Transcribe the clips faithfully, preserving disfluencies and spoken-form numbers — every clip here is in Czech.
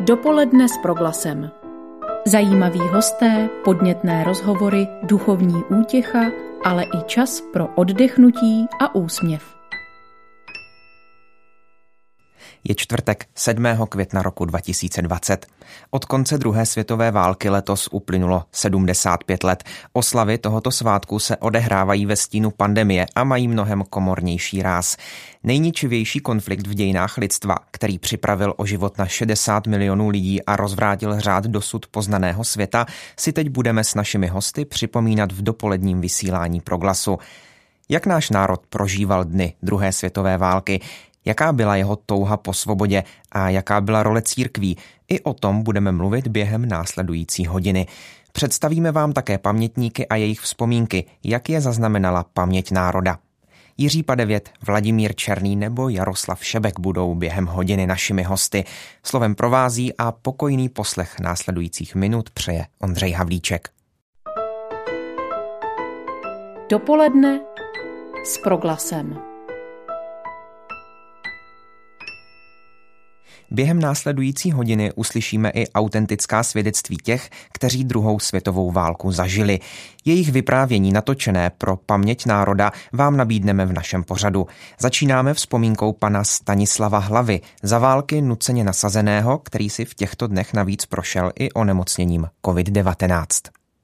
Dopoledne s Proglasem. Zajímaví hosté, podnětné rozhovory, duchovní útěcha, ale i čas pro oddechnutí a úsměv. Je čtvrtek sedmého května roku dva tisíce dvacet. Od konce druhé světové války letos uplynulo sedmdesát pět let. Oslavy tohoto svátku se odehrávají ve stínu pandemie a mají mnohem komornější ráz. Nejničivější konflikt v dějinách lidstva, který připravil o život na šedesát milionů lidí a rozvrátil řád dosud poznaného světa, si teď budeme s našimi hosty připomínat v dopoledním vysílání Proglasu. Jak náš národ prožíval dny druhé světové války, jaká byla jeho touha po svobodě a jaká byla role církví, i o tom budeme mluvit během následující hodiny. Představíme vám také pamětníky a jejich vzpomínky, jak je zaznamenala paměť národa. Jiří Padevět, Vladimír Černý nebo Jaroslav Šebek budou během hodiny našimi hosty. Slovem provází a pokojný poslech následujících minut přeje Ondřej Havlíček. Dopoledne s Proglasem. Během následující hodiny uslyšíme i autentická svědectví těch, kteří druhou světovou válku zažili. Jejich vyprávění natočené pro paměť národa vám nabídneme v našem pořadu. Začínáme vzpomínkou pana Stanislava Hlavy, za války nuceně nasazeného, který si v těchto dnech navíc prošel i onemocněním covid devatenáct.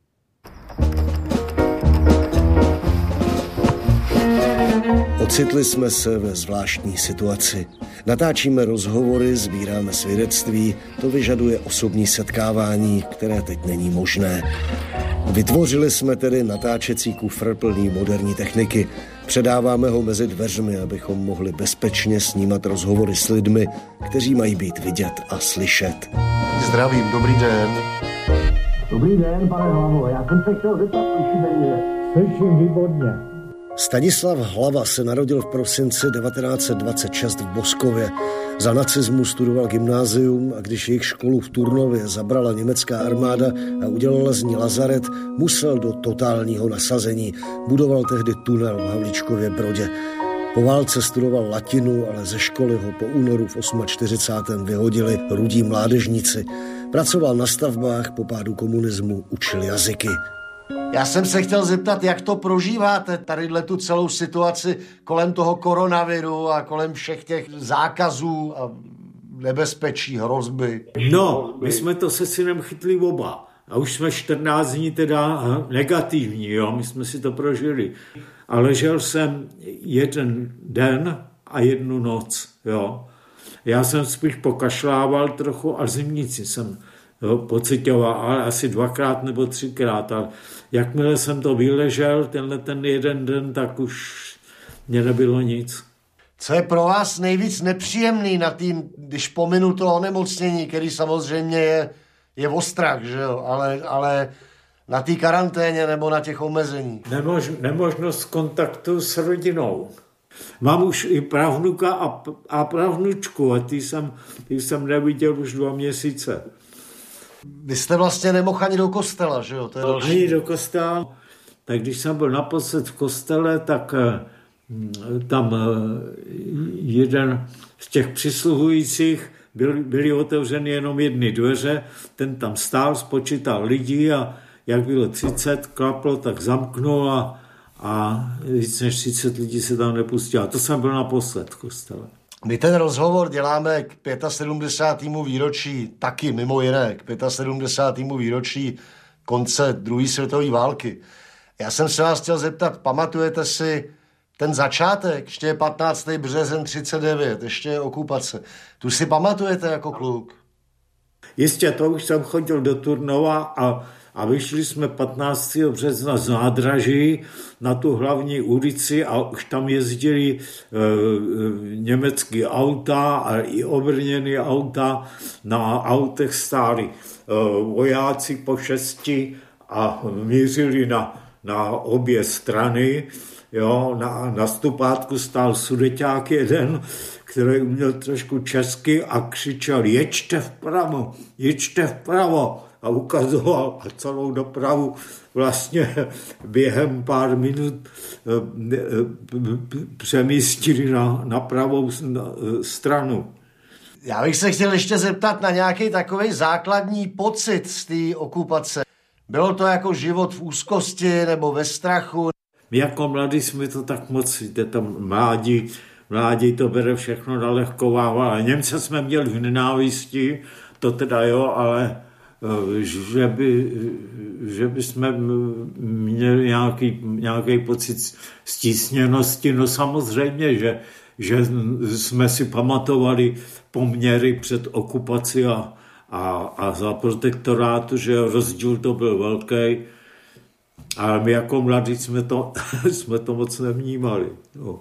Ocitli jsme se ve zvláštní situaci. Natáčíme rozhovory, sbíráme svědectví, to vyžaduje osobní setkávání, které teď není možné. Vytvořili jsme tedy natáčecí kufr plný moderní techniky. Předáváme ho mezi dveřmi, abychom mohli bezpečně snímat rozhovory s lidmi, kteří mají být vidět a slyšet. Zdravím, dobrý den. Dobrý den, pane Hlavo, já jsem se chtěl zeptat, slyšíte mě? Slyším výborně. Stanislav Hlava se narodil v prosinci devatenáct set dvacet šest v Boskově. Za nacismu studoval gymnázium a když jejich školu v Turnově zabrala německá armáda a udělala z ní lazaret, musel do totálního nasazení. Budoval tehdy tunel v Havlíčkově Brodě. Po válce studoval latinu, ale ze školy ho po únoru v čtyřicátém osmém vyhodili rudí mládežníci. Pracoval na stavbách, po pádu komunismu učil jazyky. Já jsem se chtěl zeptat, jak to prožíváte, tadyhle tu celou situaci kolem toho koronaviru a kolem všech těch zákazů a nebezpečí, hrozby. No, my jsme to se synem chytli oba. A už jsme čtrnáct dní teda negativní, jo, my jsme si to prožili. A ležel jsem jeden den a jednu noc, jo. Já jsem spíš pokašlával trochu a zimnici jsem jo, pocitoval, ale asi dvakrát nebo třikrát. A jakmile jsem to vyležel, tenhle ten jeden den, tak už mě nebylo nic. Co je pro vás nejvíc nepříjemný na tým, když pominu to onemocnění, který samozřejmě je, je ostrach, že jo, ale, ale na té karanténě nebo na těch omezeních? Nemož, nemožnost kontaktu s rodinou. Mám už i pravnuka a, a pravnučku a ty jsem, ty jsem neviděl už dva měsíce. Vy jste vlastně nemohl ani do kostela, že jo? To je další. Ani do kostela. Tak když jsem byl naposled v kostele, tak tam jeden z těch přisluhujících byly, byly otevřeny jenom jedny dveře, ten tam stál, spočítal lidi a jak bylo třicet, klaplo, tak zamknul a, a víc než třicet lidí se tam nepustilo. A to jsem byl naposled v kostele. My ten rozhovor děláme k sedmdesátému pátém výročí, taky mimo jiné, k sedmdesátému pátém výročí konce druhé světové války. Já jsem se vás chtěl zeptat, pamatujete si ten začátek, ještě je patnáctého březen třicet devět, ještě je okupace. Tu si pamatujete jako kluk? Jistě, to už jsem chodil do Turnova a, a vyšli jsme patnáctého března z nádraží na tu hlavní ulici a už tam jezdili e, e, německé auta a i obrněné auta. Na autech stáli e, vojáci po šesti a mířili na, na obě strany. Jo, na, na stupátku stál sudeťák jeden, který uměl trošku česky a křičel jeďte vpravo, jeďte vpravo a ukazoval a celou dopravu vlastně během pár minut přemístili na, na pravou stranu. Já bych se chtěl ještě zeptat na nějaký takový základní pocit z té okupace. Bylo to jako život v úzkosti nebo ve strachu? My jako mladí jsme to tak moc, jde tam mládí, mládí to bere všechno na lehkou váhu, ale Němce jsme měli v nenávisti, to teda jo, ale že by, že by jsme měli nějaký, nějaký pocit stísněnosti, no samozřejmě, že, že jsme si pamatovali poměry před okupací a, a, a za protektorátu, že rozdíl to byl velký, ale my jako mladí jsme to, jsme to moc nevnímali. No.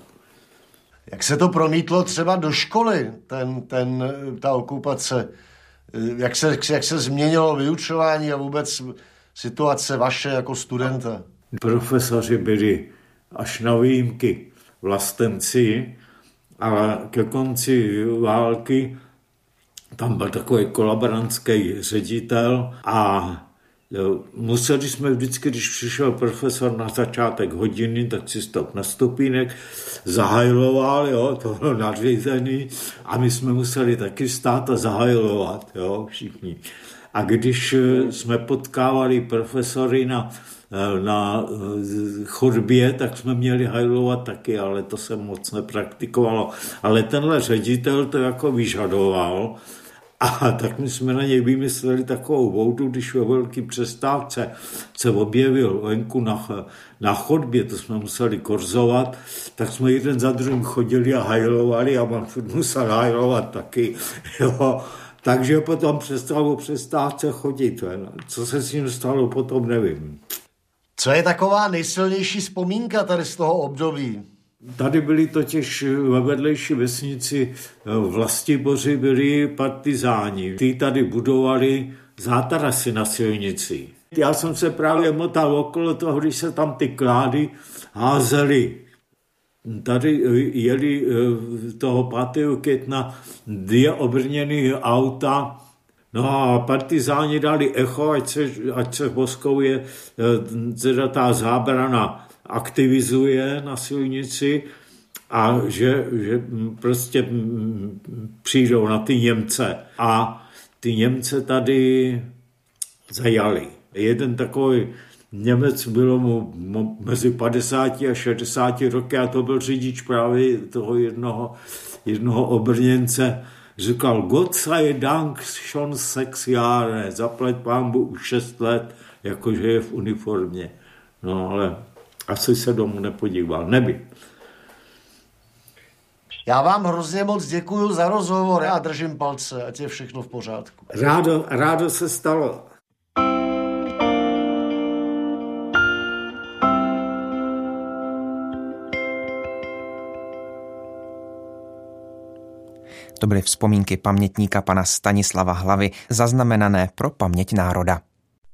Jak se to promítlo třeba do školy, ten, ten, ta okupace? Jak se, jak se změnilo vyučování a vůbec situace vaše jako studenta? Profesoři byli až na výjimky vlastenci, ale ke konci války tam byl takový kolaborantský ředitel a museli jsme vždycky, když přišel profesor na začátek hodiny, tak si stop na stupínek, zahajloval, jo, to bylo nadřízený a my jsme museli taky stát a zahajlovat, jo, všichni. A když jsme potkávali profesory na, na chodbě, tak jsme měli hajlovat taky, ale to se moc nepraktikovalo. Ale tenhle ředitel to jako vyžadoval. A tak my jsme na něj vymysleli takovou voudu, když ve velký přestávce se objevil venku na, na chodbě, to jsme museli korzovat, tak jsme jeden za druhým chodili a hajlovali a man musel hajlovat taky. Jo. Takže potom přestal o přestávce chodit. Co se s ním stalo, potom nevím. Co je taková nejsilnější vzpomínka tady z toho období? Tady byli totiž ve vedlejší vesnici Vlastiboři byli partizáni. Ty tady budovali zátarasy na silnici. Já jsem se právě motal okolo toho, když se tam ty klády házely. Tady jeli toho pátého května dvě obrněné auta. No a partizáni dali echo, ať se, ať se v Boskově teda ta zábrana aktivizuje na silnici a že, že prostě přijdou na ty Němce. A ty Němce tady zajali. Jeden takový Němec, bylo mu mezi padesáti a šedesáti roky a to byl řidič právě toho jednoho, jednoho obrněnce. Říkal, Gott sei Dank, schon sechs Jahre, zaplať pán Bůh už šest let, jakože je v uniformě. No ale asi se domů nepodíval, neby. Já vám hrozně moc děkuju za rozhovor a držím palce, ať je všechno v pořádku. Rádo, rádo se stalo. To byly vzpomínky pamětníka pana Stanislava Hlavy, zaznamenané pro paměť národa.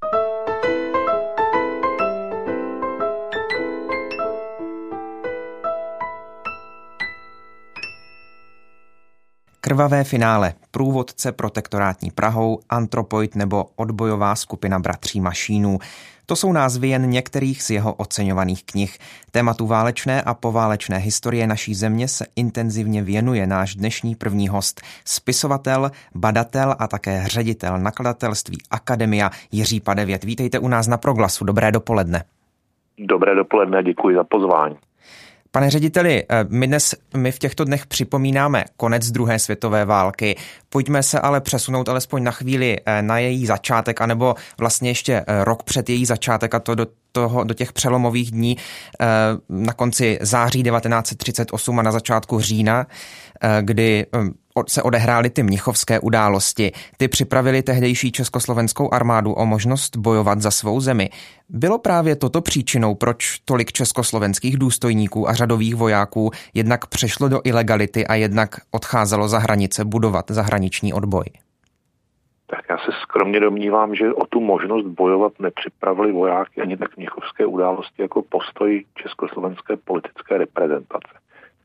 Krvavé finále, průvodce protektorátní Prahou, Antropoid nebo odbojová skupina bratří Mašínů. To jsou názvy jen některých z jeho oceňovaných knih. Tématu válečné a poválečné historie naší země se intenzivně věnuje náš dnešní první host, spisovatel, badatel a také ředitel nakladatelství Akademia Jiří Padevět. Vítejte u nás na Proglasu. Dobré dopoledne. Dobré dopoledne, děkuji za pozvání. Pane řediteli, my dnes my v těchto dnech připomínáme konec druhé světové války. Pojďme se ale přesunout alespoň na chvíli na její začátek, anebo vlastně ještě rok před její začátek, a to do, toho, do těch přelomových dní na konci září devatenáct set třicet osm a na začátku října, kdy se odehrály ty mnichovské události. Ty připravili tehdejší československou armádu o možnost bojovat za svou zemi. Bylo právě toto příčinou, proč tolik československých důstojníků a řadových vojáků jednak přešlo do ilegality a jednak odcházelo za hranice budovat zahraniční odboj? Tak já se skromně domnívám, že o tu možnost bojovat nepřipravili vojáky ani tak mnichovské události jako postoj československé politické reprezentace.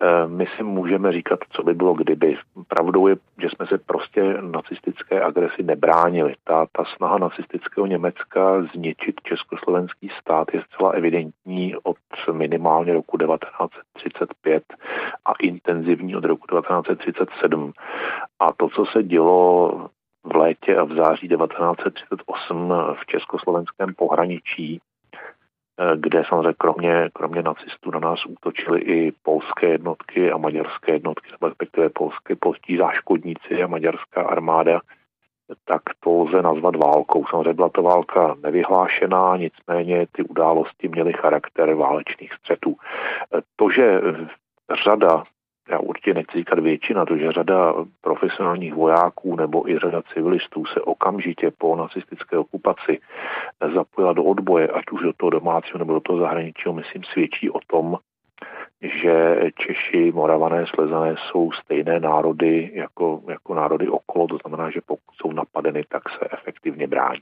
My si můžeme říkat, co by bylo kdyby. Pravdou je, že jsme se prostě nacistické agresi nebránili. Ta, ta snaha nacistického Německa zničit československý stát je zcela evidentní od minimálně roku devatenáct set třicet pět a intenzivní od roku devatenáct set třicet sedm. A to, co se dělo v létě a v září devatenáct set třicet osm v československém pohraničí, kde samozřejmě kromě, kromě nacistů na nás útočily i polské jednotky a maďarské jednotky, respektive polské, polští záškodníci a maďarská armáda, tak to lze nazvat válkou. Samozřejmě byla to válka nevyhlášená, nicméně ty události měly charakter válečných střetů. To, že řada, já určitě nechci říkat většina, to, že řada profesionálních vojáků nebo i řada civilistů se okamžitě po nacistické okupaci zapojila do odboje, ať už do toho domácího nebo do toho zahraničního, myslím, svědčí o tom, že Češi, Moravané, Slezané jsou stejné národy jako, jako národy okolo, to znamená, že pokud jsou napadeny, tak se efektivně brání.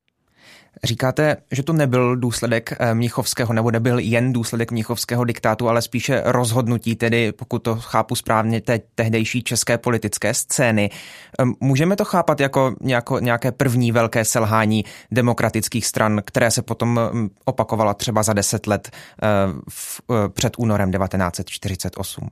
Říkáte, že to nebyl důsledek mnichovského, nebo nebyl jen důsledek mnichovského diktátu, ale spíše rozhodnutí, tedy pokud to chápu správně, té tehdejší české politické scény. Můžeme to chápat jako nějako, nějaké první velké selhání demokratických stran, které se potom opakovala třeba za deset let v, před únorem devatenáct set čtyřicet osm?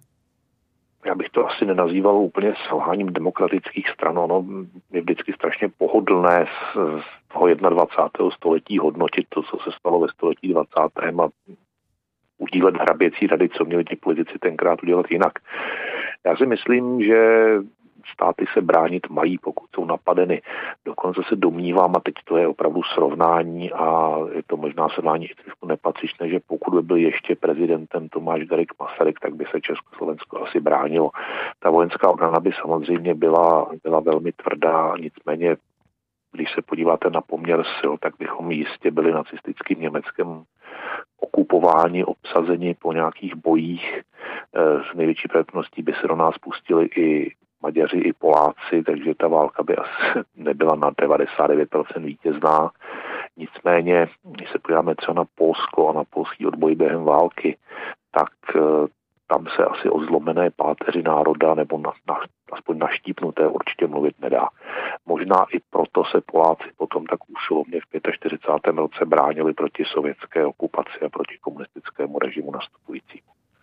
Já bych to asi nenazýval úplně selháním demokratických stran. Ono je vždycky strašně pohodlné z, z toho dvacátého prvního století hodnotit to, co se stalo ve století dvacátém a udílet hraběcí rady, co měli ti politici tenkrát udělat jinak. Já si myslím, že státy se bránit mají, pokud jsou napadeny. Dokonce se domnívám, a teď to je opravdu srovnání a je to možná srovnání i trošku nepatřičné, že pokud by byl ještě prezidentem Tomáš Garrigue Masaryk, tak by se Československo asi bránilo. Ta vojenská obrana by samozřejmě byla, byla velmi tvrdá, nicméně když se podíváte na poměr sil, tak bychom jistě byli nacistickým Německem okupováni, obsazeni po nějakých bojích. S největší pravděpodobností by se do nás pustili i Maďaři, i Poláci, takže ta válka by asi nebyla na devadesát devět procent vítězná. Nicméně, když se podíváme třeba na Polsko a na polský odboj během války, tak tam se asi o zlomené páteři národa nebo na, na, aspoň naštípnuté určitě mluvit nedá. Možná i proto se Poláci potom tak úsilovně v čtyřicátém pátém roce bránili proti sovětské okupaci a proti komunistickému režimu nastupujícímu.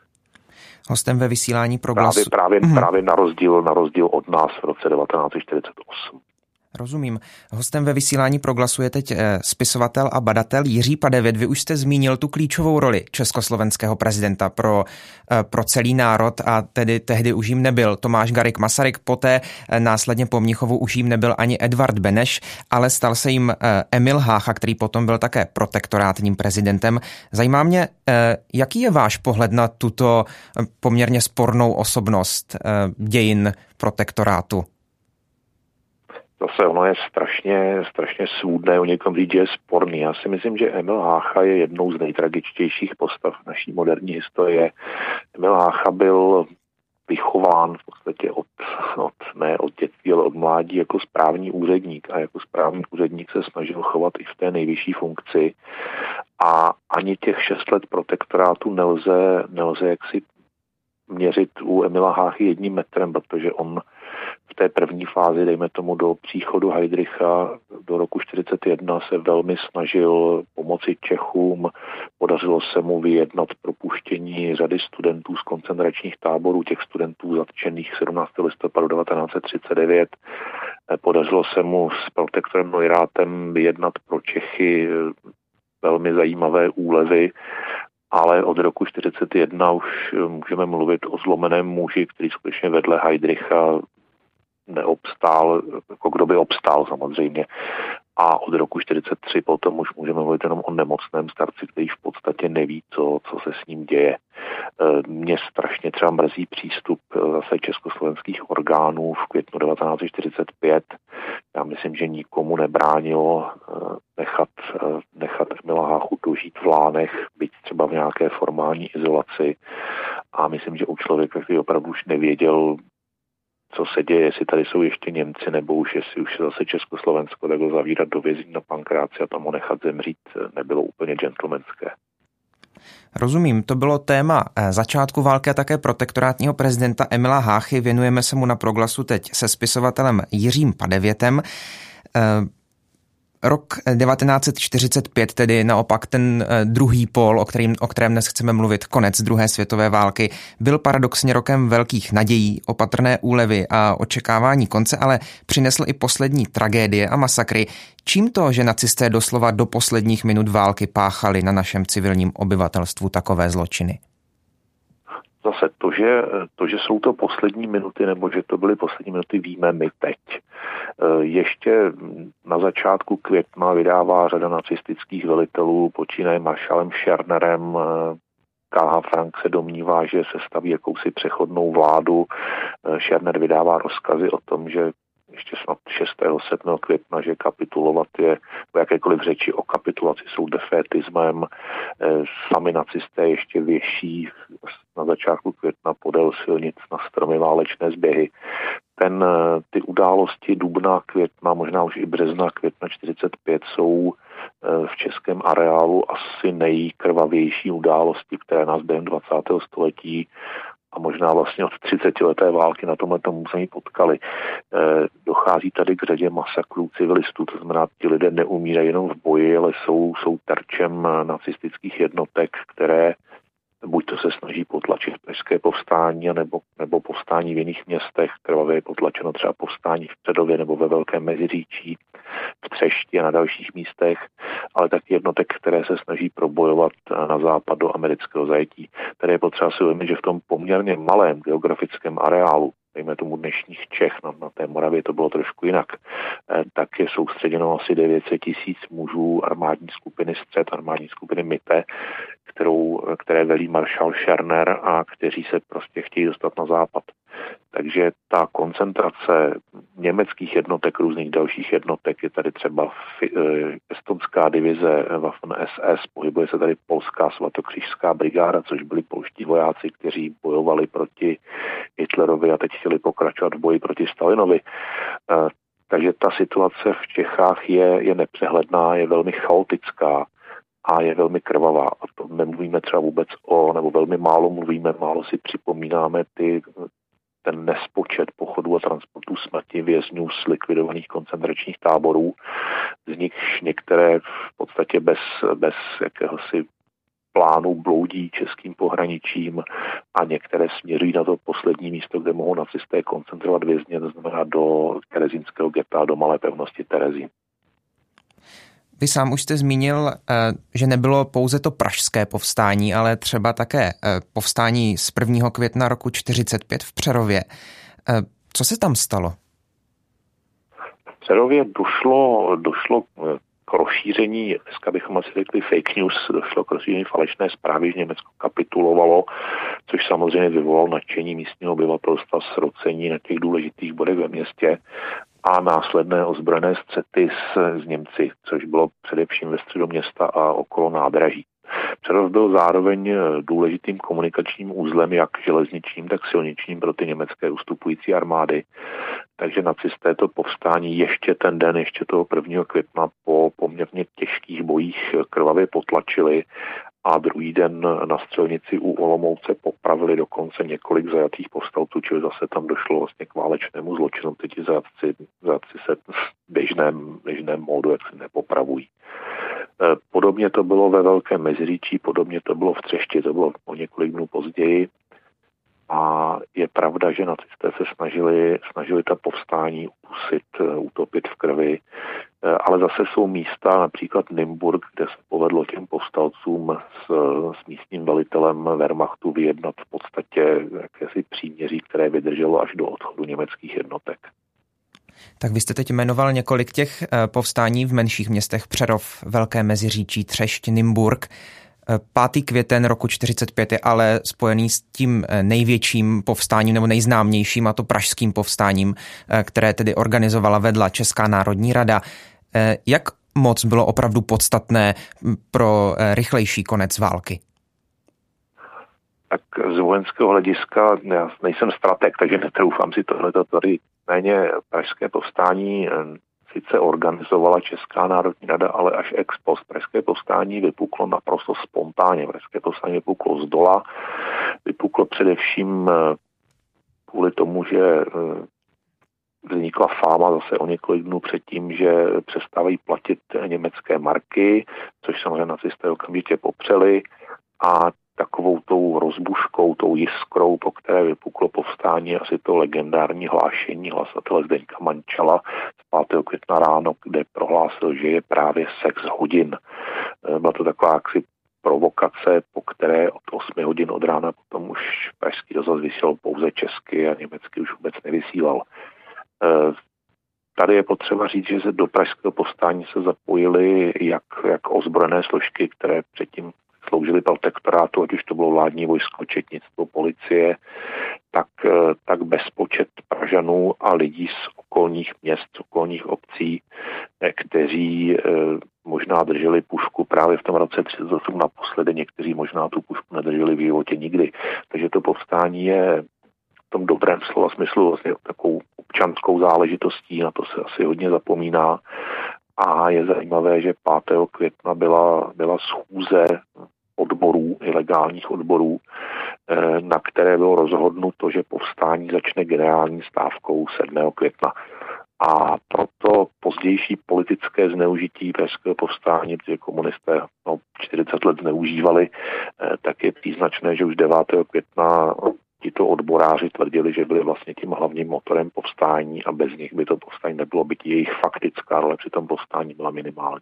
Hostem ve vysílání Proglasu... Právě, právě, mm. právě na, rozdíl, na rozdíl od nás v roce devatenáct set čtyřicet osm. Rozumím. Hostem ve vysílání Proglasu je teď spisovatel a badatel Jiří Padevět. Vy už jste zmínil tu klíčovou roli československého prezidenta pro, pro celý národ a tedy tehdy už jím nebyl Tomáš Garrigue Masaryk, poté následně po Mnichovu už jím nebyl ani Edvard Beneš, ale stal se jim Emil Hácha, který potom byl také protektorátním prezidentem. Zajímá mě, jaký je váš pohled na tuto poměrně spornou osobnost dějin protektorátu? Zase ono je strašně, strašně svůdné o někom říct, že je sporný. Já si myslím, že Emil Hácha je jednou z nejtragičtějších postav naší moderní historie. Emil Hácha byl vychován v podstatě od, od, ne od dětství, ale od mládí jako správní úředník a jako správní úředník se snažil chovat i v té nejvyšší funkci a ani těch šest let protektorátu nelze, nelze jaksi měřit u Emila Háchy jedním metrem, protože on v té první fázi, dejme tomu do příchodu Heydricha do roku čtyřicet jedna, se velmi snažil pomoci Čechům. Podařilo se mu vyjednat propuštění řady studentů z koncentračních táborů, těch studentů zatčených sedmnáctého listopadu devatenáct set třicet devět. Podařilo se mu s protektorem Neurátem vyjednat pro Čechy velmi zajímavé úlevy, ale od roku čtyřicet jedna už můžeme mluvit o zlomeném muži, který skutečně vedle Heydricha neobstál, jako kdo by obstál samozřejmě. A od roku čtyřicet tři potom už můžeme mluvit jenom o nemocném starci, který v podstatě neví, co, co se s ním děje. Mě strašně třeba mrzí přístup zase československých orgánů v květnu devatenáct set čtyřicet pět. Já myslím, že nikomu nebránilo nechat, nechat Emila Háchu dožít v Lánech, byť třeba v nějaké formální izolaci. A myslím, že u člověka, který opravdu už nevěděl, co se děje, jestli tady jsou ještě Němci, nebo už jestli už je zase Československo, tak ho zavírat do vězení na Pankráci a tam ho nechat zemřít nebylo úplně gentlemanské. Rozumím, to bylo téma začátku války a také protektorátního prezidenta Emila Háchy. Věnujeme se mu na Proglasu teď se spisovatelem Jiřím Padevětem. Rok devatenáct set čtyřicet pět, tedy naopak ten druhý pól, o kterém, o kterém dnes chceme mluvit, konec druhé světové války, byl paradoxně rokem velkých nadějí, opatrné úlevy a očekávání konce, ale přinesl i poslední tragédie a masakry. Čím to, že nacisté doslova do posledních minut války páchali na našem civilním obyvatelstvu takové zločiny? Zase to že, to, že jsou to poslední minuty, nebo že to byly poslední minuty, víme my teď. Ještě na začátku května vydává řada nacistických velitelů, počínaje maršálem Schernerem. K H. Frank se domnívá, že se staví jakousi přechodnou vládu. Scherner vydává rozkazy o tom, že ještě snad šestého sedmého května, že kapitulovat je, v jakékoliv řeči o kapitulaci jsou defétismem. Sami nacisté ještě věší na začátku května podél silnic na stromy válečné zběhy. Ten, ty události dubna, května, možná už i března, května čtyřicet pět jsou v českém areálu asi nejkrvavější události, které nás během dvacátého století a možná vlastně od třicetileté války na tomhle území potkali. E, dochází tady k řadě masakrů civilistů, to znamená, ti lidé neumírají jenom v boji, ale jsou, jsou terčem nacistických jednotek, které buď to se snaží potlačit pražské povstání, nebo, nebo povstání v jiných městech, krvavě je potlačeno třeba povstání v Předově nebo ve Velkém Meziříčí, v Třešti a na dalších místech, ale taky jednotek, které se snaží probojovat na západ do amerického zajetí. Tady je potřeba si uvědomit, že v tom poměrně malém geografickém areálu, dejme tomu dnešních Čech, na, na té Moravě to bylo trošku jinak, eh, tak je soustředěno asi devět set tisíc mužů armádní skupiny Střed, armádní skupiny Mitte, kterou, které velí maršál Scherner a kteří se prostě chtějí dostat na západ. Takže ta koncentrace německých jednotek, různých dalších jednotek, je tady třeba estonská divize Waffen S S, pohybuje se tady polská svatokřížská brigáda, což byli polští vojáci, kteří bojovali proti Hitlerovi a teď chtěli pokračovat v boji proti Stalinovi. Takže ta situace v Čechách je, je nepřehledná, je velmi chaotická a je velmi krvavá. A to nemluvíme třeba vůbec o, nebo velmi málo mluvíme, málo si připomínáme ty ten nespočet pochodů a transportů smrti vězňů z likvidovaných koncentračních táborů, z nichž některé v podstatě bez, bez jakéhosi plánu bloudí českým pohraničím a některé směřují na to poslední místo, kde mohou nacisté koncentrovat vězně, to znamená do terezínského geta, do malé pevnosti Terezín. Vy sám už jste zmínil, že nebylo pouze to pražské povstání, ale třeba také povstání z prvního května roku čtyřicet pět v Přerově. Co se tam stalo? V Přerově došlo, došlo k rozšíření, dneska bychom asi řekli fake news, došlo k rozšíření falešné zprávy, že Německo kapitulovalo, což samozřejmě vyvolalo nadšení místního obyvatelstva, srocení na těch důležitých bodech ve městě a následné ozbrojené střety s, s Němci, což bylo především ve středu města a okolo nádraží. Přerov byl zároveň důležitým komunikačním uzlem, jak železničním, tak silničním pro ty německé ustupující armády. Takže nacisté to povstání ještě ten den, ještě toho prvního května po poměrně těžkých bojích krvavě potlačili a druhý den na střelnici u Olomouce popravili dokonce několik zajatých povstalců, čili zase tam došlo vlastně k válečnému zločinu. Teď ti zajatci, zajatci se v běžném, běžném módu jak se nepopravují. Podobně to bylo ve Velkém Meziříčí, podobně to bylo v Třešti, to bylo o několik dnů později. A je pravda, že nacisté se snažili, snažili ta povstání udusit, utopit v krvi, ale zase jsou místa, například Nymburk, kde se povedlo těm povstalcům s, s místním velitelem Wehrmachtu vyjednat v podstatě jakési příměří, které vydrželo až do odchodu německých jednotek. Tak vy jste teď jmenoval několik těch povstání v menších městech: Přerov, Velké Meziříčí, Třešť, Nymburk. pátý květen roku čtyřicet pět je ale spojený s tím největším povstáním nebo nejznámějším, a to pražským povstáním, které tedy organizovala, vedla Česká národní rada. Jak moc bylo opravdu podstatné pro rychlejší konec války? Tak z vojenského hlediska, já nejsem strateg, takže netroufám si tohleto tady. Méně pražské povstání sice organizovala Česká národní rada, ale až ex post. Pražské povstání vypuklo naprosto spontánně. Pražské povstání vypuklo z dola. Vypuklo především kvůli tomu, že vznikla fáma zase o několik dnů předtím, že přestávají platit německé marky, což samozřejmě nacisté okamžitě popřeli a takovou tou rozbuškou, tou jiskrou, po které vypuklo povstání, asi to legendární hlášení hlasatele Zdeňka Mančala z pátého května ráno, kde prohlásil, že je právě sex hodin. Byla to taková jaksi provokace, po které od osmi hodin od rána potom už pražský rozhlas vysílal pouze česky a německy už vůbec nevysílal. Tady je potřeba říct, že se do pražského povstání se zapojily jak, jak ozbrojené složky, které předtím sloužily protektorátu, ať už to bylo vládní vojsko, četnictvo, policie, tak, tak bezpočet Pražanů a lidí z okolních měst, z okolních obcí, kteří možná drželi pušku právě v tom roce třicet osm naposledy, někteří možná tu pušku nedrželi v životě nikdy. Takže to povstání je v tom dobrém slova smyslu vlastně takovou občanskou záležitostí, na to se asi hodně zapomíná. A je zajímavé, že pátého května byla, byla schůze odborů, ilegálních odborů, na které bylo rozhodnuto, že povstání začne generální stávkou sedmého května. A proto pozdější politické zneužití pražského povstání, protože komunisté no, čtyřicet let zneužívali, tak je příznačné, že už devátého května tito odboráři tvrdili, že byli vlastně tím hlavním motorem povstání a bez nich by to povstání nebylo, byť jejich faktická role při tom povstání byla minimální.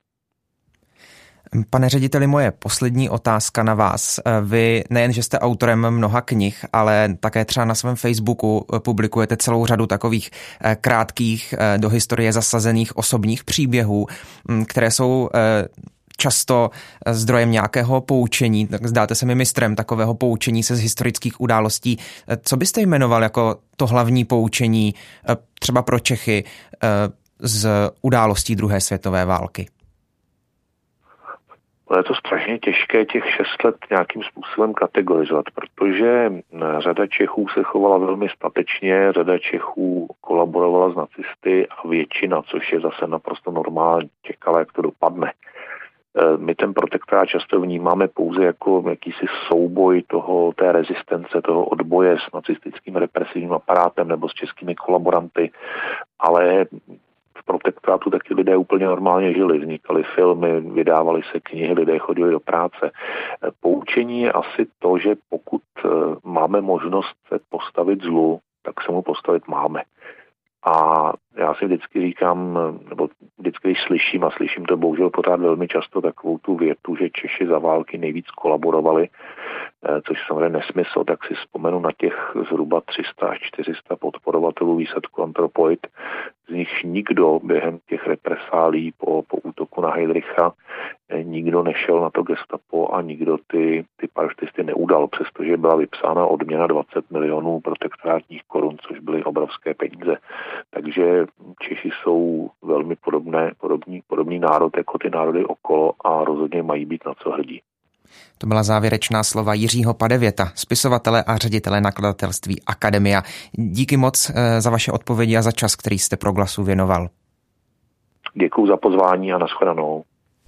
Pane řediteli, moje poslední otázka na vás. Vy nejen, že jste autorem mnoha knih, ale také třeba na svém Facebooku publikujete celou řadu takových krátkých, do historie zasazených osobních příběhů, které jsou často zdrojem nějakého poučení. Tak zdáte se mi mistrem takového poučení se z historických událostí. Co byste jmenoval jako to hlavní poučení třeba pro Čechy z událostí druhé světové války? Je to strašně těžké těch šest let nějakým způsobem kategorizovat, protože řada Čechů se chovala velmi statečně, řada Čechů kolaborovala s nacisty a většina, což je zase naprosto normální, čekala, jak to dopadne. My ten protektorát často vnímáme pouze jako jakýsi souboj toho, té rezistence, toho odboje s nacistickým represivním aparátem nebo s českými kolaboranty, ale v protektorátu taky lidé úplně normálně žili, vznikaly filmy, vydávaly se knihy, lidé chodili do práce. Poučení je asi to, že pokud máme možnost se postavit zlu, tak se mu postavit máme. A já si vždycky říkám, nebo vždycky, když slyším, a slyším to bohužel pořád velmi často, takovou tu větu, že Češi za války nejvíc kolaborovali, což samozřejmě nesmysl, tak si vzpomenu na těch zhruba tři sta až čtyři sta podporovatelů výsadku Anthropoid. Z nich nikdo během těch represálí po, po útoku na Heydricha, nikdo nešel na to gestapo a nikdo ty, ty parašutisty neudal, přestože byla vypsána odměna dvacet milionů protektorátních korun, což byly obrovské peníze. Takže Češi jsou velmi podobné, podobný, podobný národ jako ty národy okolo a rozhodně mají být na co hrdí. To byla závěrečná slova Jiřího Padevěta, spisovatele a ředitele nakladatelství Akademia. Díky moc za vaše odpovědi a za čas, který jste Proglasu věnoval. Děkuji za pozvání a nashledanou.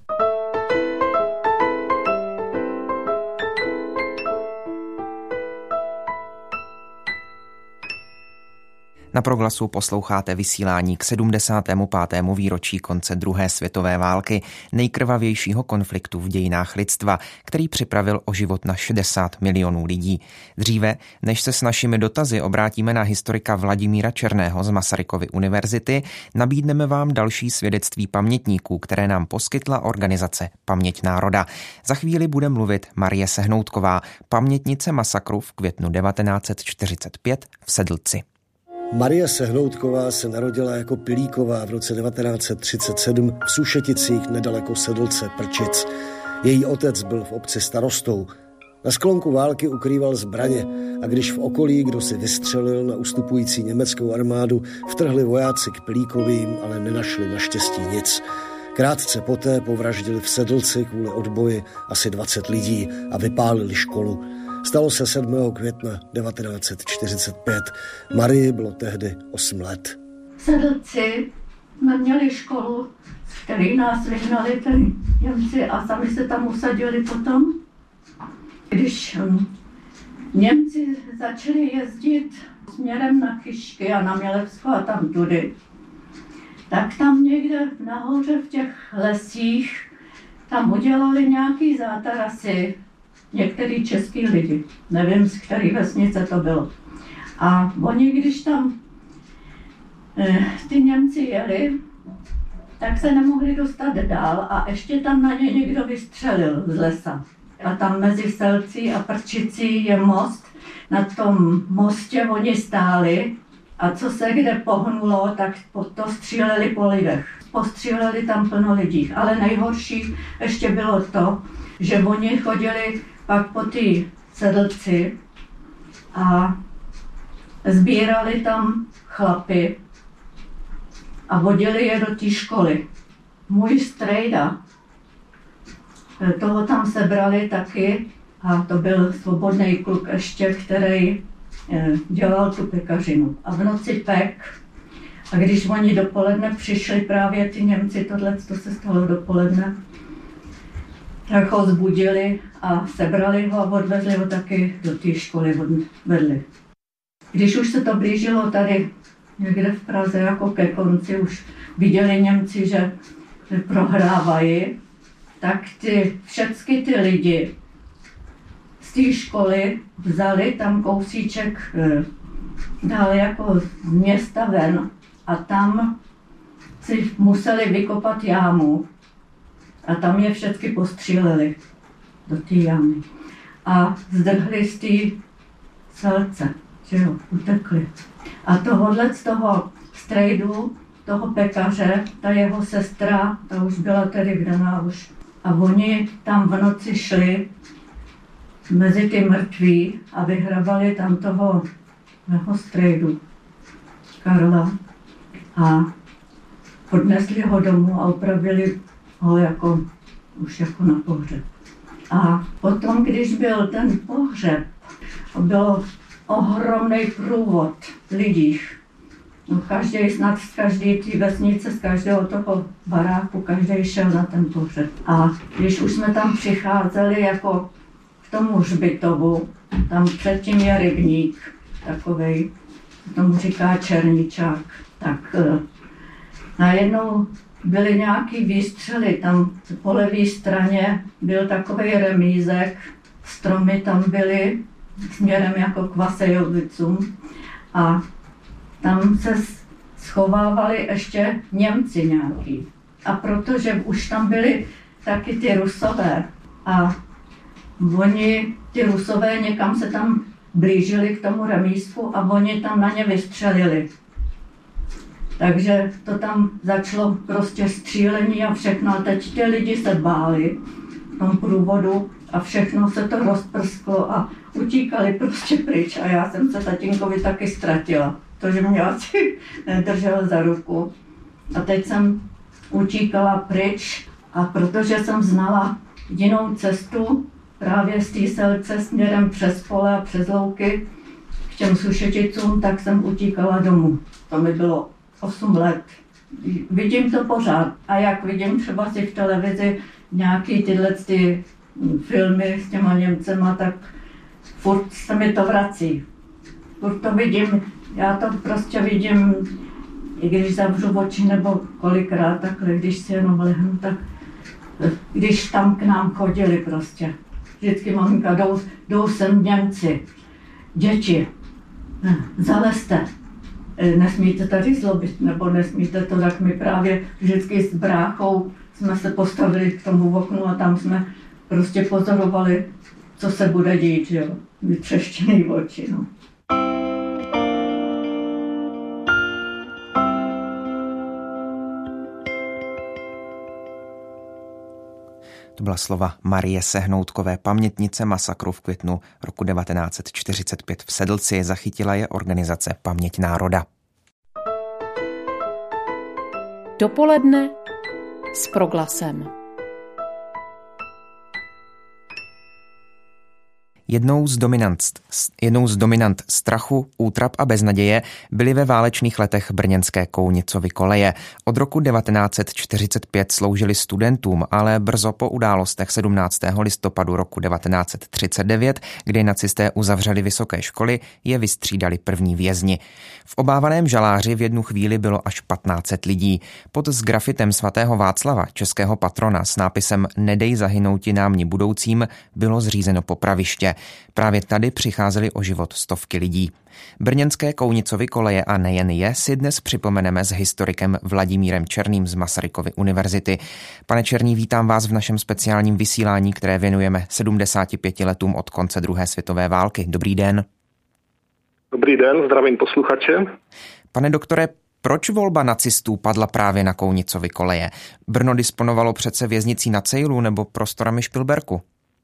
Na Proglasu posloucháte vysílání k sedmdesátému pátému výročí konce druhé světové války, nejkrvavějšího konfliktu v dějinách lidstva, který připravil o život na šedesát milionů lidí. Dříve, než se s našimi dotazy obrátíme na historika Vladimíra Černého z Masarykovy univerzity, nabídneme vám další svědectví pamětníků, které nám poskytla organizace Paměť národa. Za chvíli bude mluvit Marie Sehnoutková, pamětnice masakru v květnu devatenáct set čtyřicet pět v Sedlci. Marie Sehnoutková se narodila jako Pilíková v roce devatenáct set třicet sedm v Sušeticích nedaleko Sedlce Prčic. Její otec byl v obci starostou. Na sklonku války ukrýval zbraně a když v okolí kdo si vystřelil na ustupující německou armádu, vtrhli vojáci k Pilíkovým, ale nenašli naštěstí nic. Krátce poté povraždili v Sedlci kvůli odboji asi dvacet lidí a vypálili školu. Stalo se sedmého května devatenáct set čtyřicet pět. Marii bylo tehdy osm let. V Sedlci jsme měli školu, z který nás vyhnali ty Němci a sami se tam usadili potom. Když Němci začali jezdit směrem na Kyšky a na Mělevsko a tam tudy, tak tam někde nahoře v těch lesích tam udělali nějaký zátarasy některý český lidi. Nevím, z který vesnice to bylo. A oni, když tam eh, ty Němci jeli, tak se nemohli dostat dál a ještě tam na ně někdo vystřelil z lesa. A tam mezi Selcí a Prčicí je most. Na tom mostě oni stáli a co se kde pohnulo, tak to stříleli po lidech. Postříleli tam plno lidí. Ale nejhorší ještě bylo to, že oni chodili pak po té Sedlci a sbírali tam chlapy a vodili je do té školy. Můj strejda, toho tam sebrali taky a to byl svobodný kluk ještě, který dělal tu pekařinu. A v noci pek a když oni dopoledne přišli právě ty Němci, tohle to se stalo dopoledne, tak ho zbudili a sebrali ho a odvezli ho taky do té školy vedli. Když už se to blížilo tady někde v Praze jako ke konci, už viděli Němci, že prohrávají, tak ty, všechny ty lidi z té školy vzali tam kousíček dál jako z města ven a tam si museli vykopat jámu a tam je všechny postříleli do té jámy a zdrhli z té Selce, že jo, utekli. A tohodle z toho strejdu, toho pekaře, ta jeho sestra, ta už byla tedy vdaná už. A oni tam v noci šli mezi ty mrtví a vyhrabali tam toho mého strejdu, Karla. A odnesli ho domů a upravili ho jako, už jako na pohřeb. A potom, když byl ten pohřeb, bylo ohromný průvod lidí. No, každý snad z každé té vesnice, z každého toho baráku, každý šel na ten pohřeb. A když už jsme tam přicházeli jako k tomu hřbitovu, tam předtím je rybník takovej, tomu říká Černičák, tak uh, najednou byly nějaký výstřely, tam po levé straně byl takovej remízek, stromy tam byly směrem jako k Vasejovicům a tam se schovávali ještě Němci nějaký. A protože už tam byli taky ty Rusové a oni, ty Rusové někam se tam blížili k tomu remízku a oni tam na ně vystřelili. Takže to tam začalo prostě střílení a všechno. A teď ty lidi se báli v tom průvodu a všechno se to rozprsklo a utíkali prostě pryč. A já jsem se tatínkovi taky ztratila. To, že mě asi nedržel za ruku. A teď jsem utíkala pryč a protože jsem znala jinou cestu, právě z té Selce směrem přes pole a přes louky k těm Sušeticům, tak jsem utíkala domů. To mi bylo osm let. Vidím to pořád. A jak vidím třeba si v televizi nějaký tyhle ty filmy s těma Němcema, tak furt se mi to vrací. Furt to vidím, já to prostě vidím, i když zavřu oči nebo kolikrát takhle, když si jenom lehnu, tak když tam k nám chodili prostě. Vždycky maminka, jdou, jdou sem Němci, děti, zalezte, nesmíte tady zlobit, nebo nesmíte to, tak my právě vždycky s bráchou jsme se postavili k tomu oknu a tam jsme prostě pozorovali, co se bude dít, jo, vytřeštěný oči, no. To byla slova Marie Sehnoutkové, pamětnice masakru v květnu roku devatenáct set čtyřicet pět v Sedlci. Zachytila je organizace Paměť národa. Dopoledne s Proglasem. Jednou z dominant, jednou z dominant strachu, útrap a beznaděje byly ve válečných letech brněnské Kounicovy koleje. Od roku devatenáct set čtyřicet pět sloužili studentům, ale brzo po událostech sedmnáctého listopadu roku devatenáct set třicet devět, kdy nacisté uzavřeli vysoké školy, je vystřídali první vězni. V obávaném žaláři v jednu chvíli bylo až patnáct set lidí. Pod sgrafitem svatého Václava, českého patrona, s nápisem Nedej zahynouti námni budoucím, bylo zřízeno popraviště. Právě tady přicházeli o život stovky lidí. Brněnské Kounicovy koleje a nejen je si dnes připomeneme s historikem Vladimírem Černým z Masarykovy univerzity. Pane Černý, vítám vás v našem speciálním vysílání, které věnujeme sedmdesáti pěti letům od konce druhé světové války. Dobrý den. Dobrý den, zdravím posluchače. Pane doktore, proč volba nacistů padla právě na Kounicovy koleje? Brno disponovalo přece věznicí na Cejlu nebo prostorami Špilberku?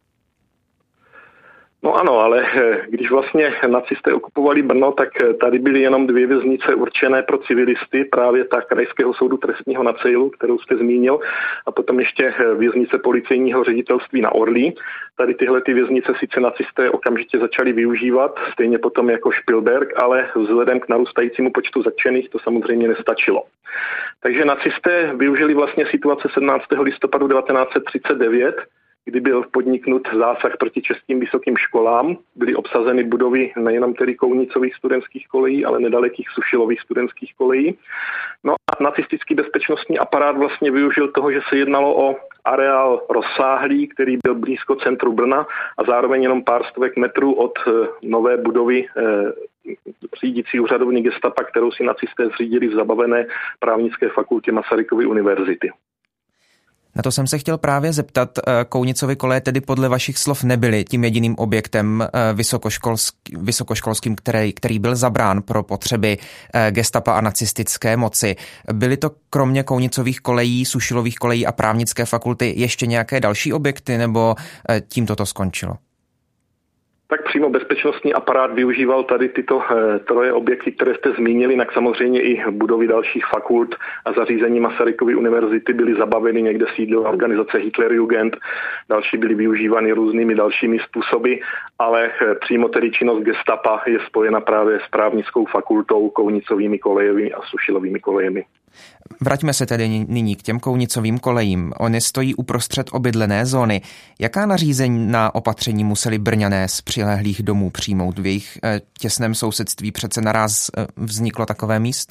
No ano, ale když vlastně nacisté okupovali Brno, tak tady byly jenom dvě věznice určené pro civilisty, právě ta Krajského soudu trestního na Cejlu, kterou jste zmínil, a potom ještě věznice policejního ředitelství na Orlí. Tady tyhle ty věznice sice nacisté okamžitě začali využívat, stejně potom jako Špilberk, ale vzhledem k narůstajícímu počtu zatčených to samozřejmě nestačilo. Takže nacisté využili vlastně situace sedmnáctého listopadu devatenáct set třicet devět, kdy byl podniknut zásah proti českým vysokým školám. Byly obsazeny budovy nejenom tedy Kounicových studentských kolejí, ale nedalekých Sušilových studentských kolejí. No a nacistický bezpečnostní aparát vlastně využil toho, že se jednalo o areál rozsáhlý, který byl blízko centru Brna a zároveň jenom pár stovek metrů od nové budovy řídící úřadovny gestapa, kterou si nacisté zřídili v zabavené právnické fakultě Masarykovy univerzity. Na to jsem se chtěl právě zeptat. Kounicovy koleje tedy podle vašich slov nebyly tím jediným objektem vysokoškolský, vysokoškolským, který, který byl zabrán pro potřeby gestapa a nacistické moci. Byly to kromě Kounicových kolejí, Sušilových kolejí a právnické fakulty ještě nějaké další objekty, nebo tím toto skončilo? Tak přímo bezpečnostní aparát využíval tady tyto e, troje objekty, které jste zmínili, jinak samozřejmě i budovy dalších fakult a zařízení Masarykovy univerzity byly zabaveny, někde sídlila organizace Hitlerjugend, další byly využívány různými dalšími způsoby, ale e, přímo tedy činnost gestapa je spojena právě s právnickou fakultou, Kounicovými kolejemi a Sušilovými kolejemi. Vraťme se tedy nyní k těm Kounicovým kolejím. Ony stojí uprostřed obydlené zóny. Jaká nařízení na opatření museli Brňané z přilehlých domů přijmout? V jejich těsném sousedství přece naráz vzniklo takové místo.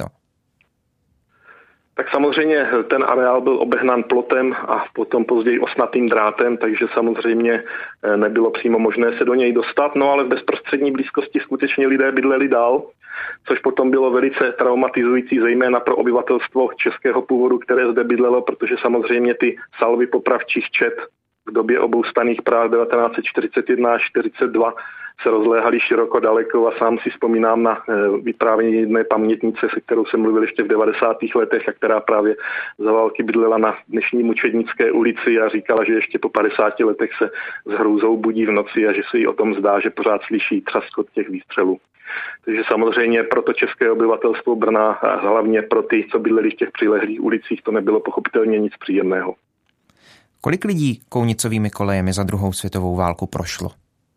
Tak samozřejmě ten areál byl obehnán plotem a potom později osnatým drátem, takže samozřejmě nebylo přímo možné se do něj dostat, no ale v bezprostřední blízkosti skutečně lidé bydleli dál, což potom bylo velice traumatizující, zejména pro obyvatelstvo českého původu, které zde bydlelo, protože samozřejmě ty salvy popravčích čet v době oboustranných práv devatenáct set čtyřicet jedna až čtyřicet dva se rozléhaly široko daleko a sám si vzpomínám na vyprávění jedné pamětnice, se kterou jsem mluvil ještě v devadesátých letech a která právě za války bydlela na dnešní Mučednické ulici a říkala, že ještě po padesáti letech se s hrůzou budí v noci a že se jí o tom zdá, že pořád slyší třaskot těch výstřelů. Takže samozřejmě pro to české obyvatelstvo Brna a hlavně pro ty, co bydleli v těch přilehlých ulicích, to nebylo pochopitelně nic příjemného. Kolik lidí Kounicovými kolejemi za druhou světovou válku prošlo?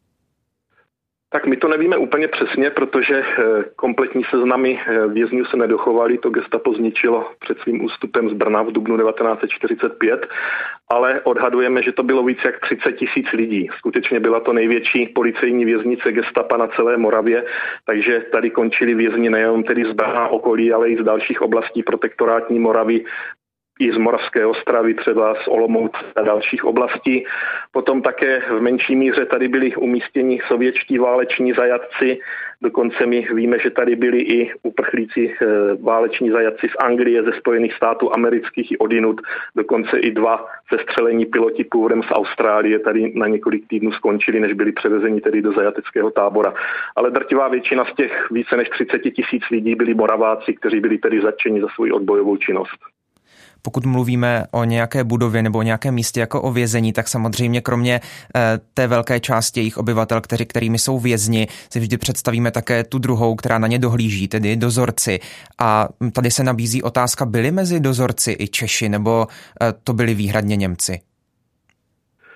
Tak my to nevíme úplně přesně, protože kompletní seznamy vězňů se nedochovaly, to gestapo zničilo před svým ústupem z Brna v dubnu devatenáct set čtyřicet pět, ale odhadujeme, že to bylo víc jak třicet tisíc lidí. Skutečně byla to největší policejní věznice gestapa na celé Moravě, takže tady končili vězni nejen tedy z Brna okolí, ale i z dalších oblastí protektorátní Moravy, i z Moravské Ostravy, třeba z Olomouce a dalších oblastí. Potom také v menší míře tady byli umístěni sovětští váleční zajatci. Dokonce my víme, že tady byli i uprchlíci váleční zajatci z Anglie, ze Spojených států amerických i odinut. Dokonce i dva sestřelení piloti původem z Austrálie tady na několik týdnů skončili, než byli převezeni tedy do zajateckého tábora. Ale drtivá většina z těch více než třicet tisíc lidí byli Moraváci, kteří byli tedy zatčeni za svou odbojovou činnost. Pokud mluvíme o nějaké budově nebo o nějakém místě jako o vězení, tak samozřejmě kromě té velké části jejich obyvatel, kteří, kterými jsou vězni, si vždy představíme také tu druhou, která na ně dohlíží, tedy dozorci. A tady se nabízí otázka, byli mezi dozorci i Češi, nebo to byli výhradně Němci?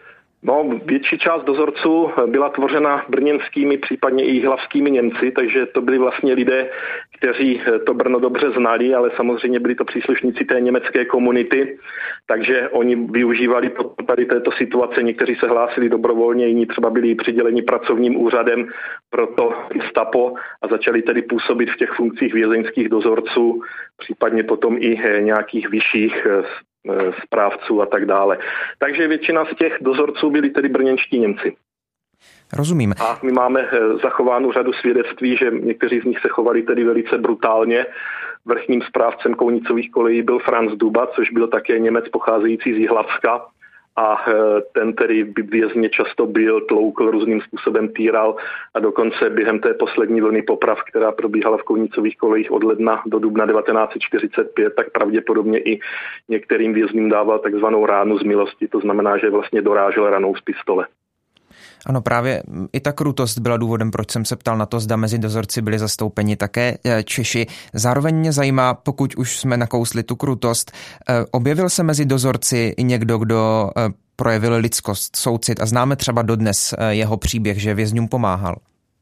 No, větší část dozorců byla tvořena brněnskými, případně i jihlavskými Němci, takže to byli vlastně lidé, kteří to Brno dobře znali, ale samozřejmě byli to příslušníci té německé komunity, takže oni využívali tady této situace, někteří se hlásili dobrovolně, jiní třeba byli přiděleni pracovním úřadem pro to gestapo a začali tedy působit v těch funkcích vězeňských dozorců, případně potom i nějakých vyšších správců a tak dále. Takže většina z těch dozorců byli tedy brněnští Němci. Rozumím. A my máme zachovánu řadu svědectví, že někteří z nich se chovali tedy velice brutálně. Vrchním správcem Kounicových kolejí byl Franz Duba, což byl také Němec pocházející z Jihlavska. A ten tedy vězně často byl, tloukl, různým způsobem týral a dokonce během té poslední vlny poprav, která probíhala v Kounicových kolejích od ledna do dubna devatenáct set čtyřicet pět, tak pravděpodobně i některým vězňům dával takzvanou ránu z milosti, to znamená, že vlastně dorážel ranou z pistole. Ano, právě i ta krutost byla důvodem, proč jsem se ptal na to, zda mezi dozorci byli zastoupeni také Češi. Zároveň mě zajímá, pokud už jsme nakousli tu krutost, objevil se mezi dozorci i někdo, kdo projevil lidskost, soucit a známe třeba dodnes jeho příběh, že vězňům pomáhal?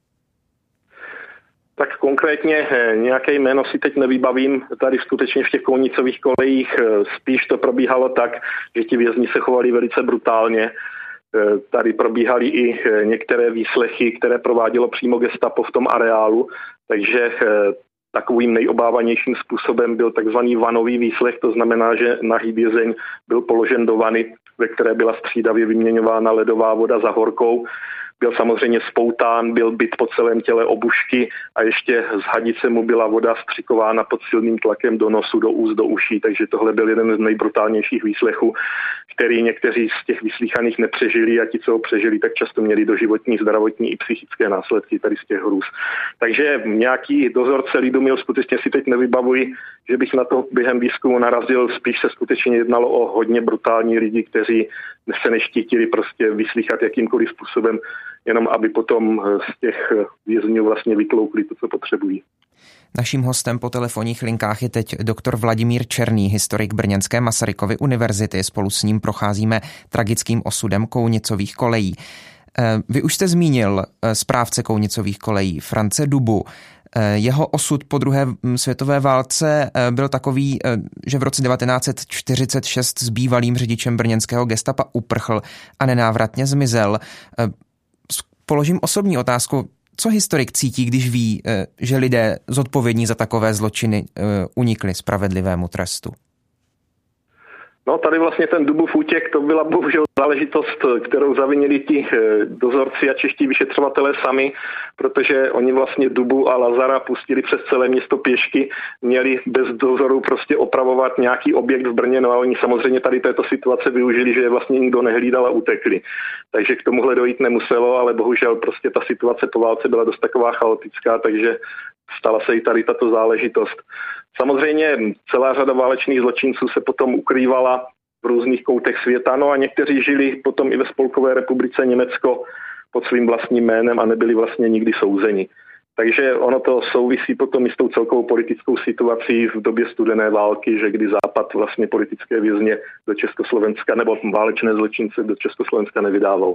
Tak konkrétně nějaké jméno si teď nevybavím. Tady skutečně v těch Kounicových kolejích spíš to probíhalo tak, že ti vězni se chovali velice brutálně. Tady probíhaly i některé výslechy, které provádělo přímo gestapo v tom areálu, takže takovým nejobávanějším způsobem byl takzvaný vanový výslech, to znamená, že nahý vězeň byl položen do vany, ve které byla střídavě vyměňována ledová voda za horkou. Byl samozřejmě spoután, byl bit po celém těle obušky a ještě z hadice mu byla voda vstřikována pod silným tlakem do nosu, do úst, do uší, takže tohle byl jeden z nejbrutálnějších výslechů, který někteří z těch vyslíchaných nepřežili a ti, co ho přežili, tak často měli doživotní, zdravotní i psychické následky tady z těch hrůz. Takže nějaký dozorce Lidumil skutečně si teď nevybavuji, že bych na to během výzkumu narazil, spíš se skutečně jednalo o hodně brutální lidi, kteří se neštítili prostě vyslíchat jakýmkoliv způsobem, jenom aby potom z těch vězňů vlastně vytloukli to, co potřebují. Naším hostem po telefonních linkách je teď doktor Vladimír Černý, historik brněnské Masarykovy univerzity. Spolu s ním procházíme tragickým osudem Kounicových kolejí. Vy už jste zmínil správce Kounicových kolejí France Dubu. Jeho osud po druhé světové válce byl takový, že v roce devatenáct set čtyřicet šest s bývalým řidičem brněnského gestapa uprchl a nenávratně zmizel. Položím osobní otázku. Co historik cítí, když ví, že lidé zodpovědní za takové zločiny unikli spravedlivému trestu? No tady vlastně ten Dubův útěk, to byla bohužel záležitost, kterou zavinili ti dozorci a čeští vyšetřovatelé sami, protože oni vlastně Dubu a Lazara pustili přes celé město pěšky, měli bez dozoru prostě opravovat nějaký objekt v Brně, no a oni samozřejmě tady této situace využili, že je vlastně nikdo nehlídal a utekli. Takže k tomuhle dojít nemuselo, ale bohužel prostě ta situace po válce byla dost taková chaotická, takže stala se i tady tato záležitost. Samozřejmě celá řada válečných zločinců se potom ukrývala v různých koutech světa, no a někteří žili potom i ve Spolkové republice Německo pod svým vlastním jménem a nebyli vlastně nikdy souzeni. Takže ono to souvisí potom i s tou celkovou politickou situací v době studené války, že kdy Západ vlastně politické vězně do Československa nebo válečné zločince do Československa nevydával.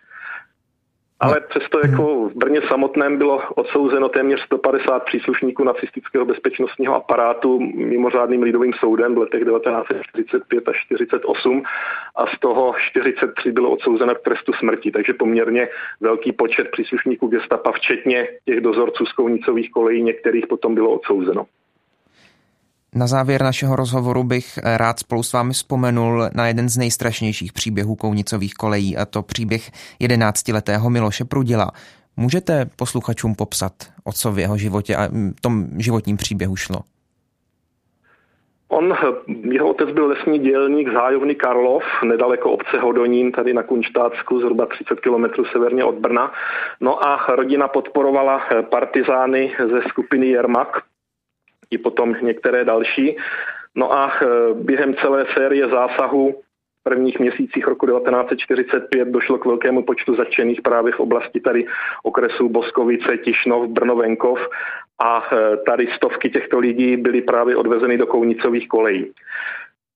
Ale přesto jako v Brně samotném bylo odsouzeno téměř sto padesát příslušníků nacistického bezpečnostního aparátu mimořádným lidovým soudem v letech devatenáct set čtyřicet pět až čtyřicet osm a z toho čtyřicet tři bylo odsouzeno k trestu smrti, takže poměrně velký počet příslušníků gestapa, včetně těch dozorců z Kounicových kolejí, některých potom bylo odsouzeno. Na závěr našeho rozhovoru bych rád spolu s vámi vzpomenul na jeden z nejstrašnějších příběhů Kounicových kolejí, a to příběh jedenáctiletého Miloše Prudila. Můžete posluchačům popsat, o co v jeho životě a tom životním příběhu šlo? On, jeho otec byl lesní dělník z hájovny Karlov, nedaleko obce Hodonín, tady na Kunštátsku, zhruba třicet kilometrů severně od Brna. No a rodina podporovala partizány ze skupiny Jermak, i potom některé další. No a během celé série zásahů v prvních měsících roku devatenáct set čtyřicet pět došlo k velkému počtu zatčených právě v oblasti tady okresů Boskovice, Tišnov, Brno-Venkov a tady stovky těchto lidí byly právě odvezeny do Kounicových kolejí.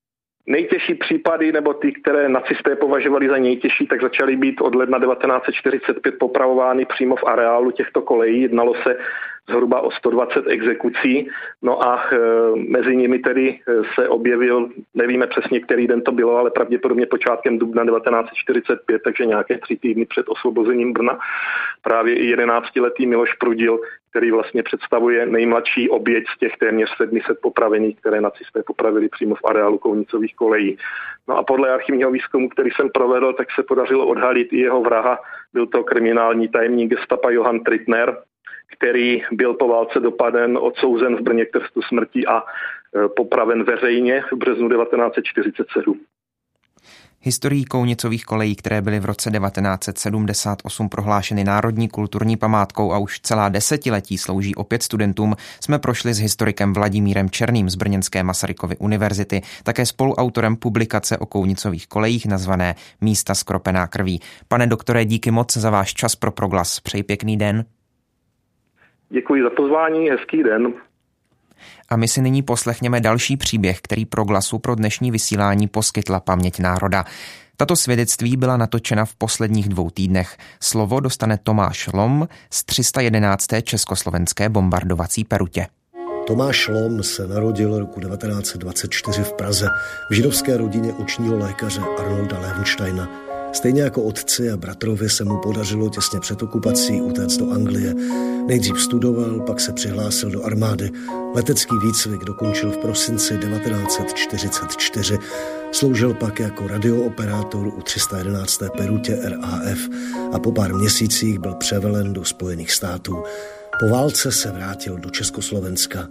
Nejtěžší případy, nebo ty, které nacisté považovali za nejtěžší, tak začaly být od ledna devatenáct set čtyřicet pět popravovány přímo v areálu těchto kolejí. Jednalo se zhruba o sto dvacet exekucí. No a e, mezi nimi tedy se objevil, nevíme přesně, který den to bylo, ale pravděpodobně počátkem dubna devatenáct set čtyřicet pět, takže nějaké tři týdny před osvobozením Brna, právě i jedenáctiletý Miloš Prudil, který vlastně představuje nejmladší oběť z těch téměř sedm set popravených, které nacisté popravili přímo v areálu Kounicových kolejí. No a podle archivního výzkumu, který jsem provedl, tak se podařilo odhalit i jeho vraha. Byl to kriminální tajemník gestapa Johann Trittner, který byl po válce dopaden, odsouzen v Brně k trestu smrti a popraven veřejně v březnu devatenáct set čtyřicet sedm. Historií Kounicových kolejí, které byly v roce devatenáct set sedmdesát osm prohlášeny národní kulturní památkou a už celá desetiletí slouží opět studentům, jsme prošli s historikem Vladimírem Černým z brněnské Masarykovy univerzity, také spoluautorem publikace o Kounicových kolejích nazvané Místa skropená krví. Pane doktore, díky moc za váš čas pro Proglas. Přeji pěkný den. Děkuji za pozvání, hezký den. A my si nyní poslechněme další příběh, který Proglasu pro dnešní vysílání poskytla Paměť národa. Tato svědectví byla natočena v posledních dvou týdnech. Slovo dostane Tomáš Lom z tři sta jedenácté československé bombardovací perutě. Tomáš Lom se narodil roku devatenáct set dvacet čtyři v Praze v židovské rodině očního lékaře Arnolda Levensteina. Stejně jako otci a bratrovi se mu podařilo těsně před okupací utéct do Anglie. Nejdřív studoval, pak se přihlásil do armády. Letecký výcvik dokončil v prosinci devatenáct set čtyřicet čtyři. Sloužil pak jako radiooperátor u tři sta jedenácté perutě R A F a po pár měsících byl převelen do Spojených států. Po válce se vrátil do Československa.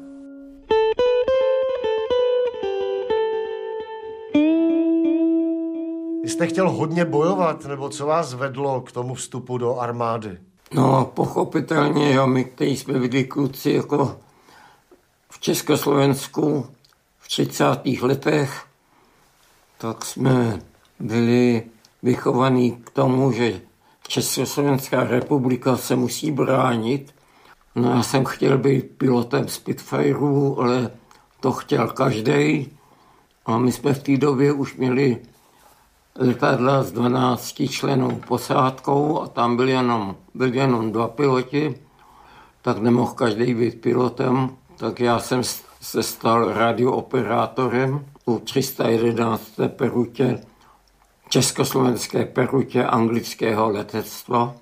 Vy jste chtěl hodně bojovat, nebo co vás vedlo k tomu vstupu do armády? No, pochopitelně, jo, my, kteří jsme byli kluci jako v Československu v třicátých letech, tak jsme byli vychovaní k tomu, že Československá republika se musí bránit. No, já jsem chtěl být pilotem Spitfireů, ale to chtěl každej. A my jsme v té době už měli letadla s dvanácti člennou posádkou a tam byli jenom, byli jenom dva piloti, tak nemohl každý být pilotem, tak já jsem se stal radiooperátorem u tři sta jedenácté perutě, československé perutě anglického letectva.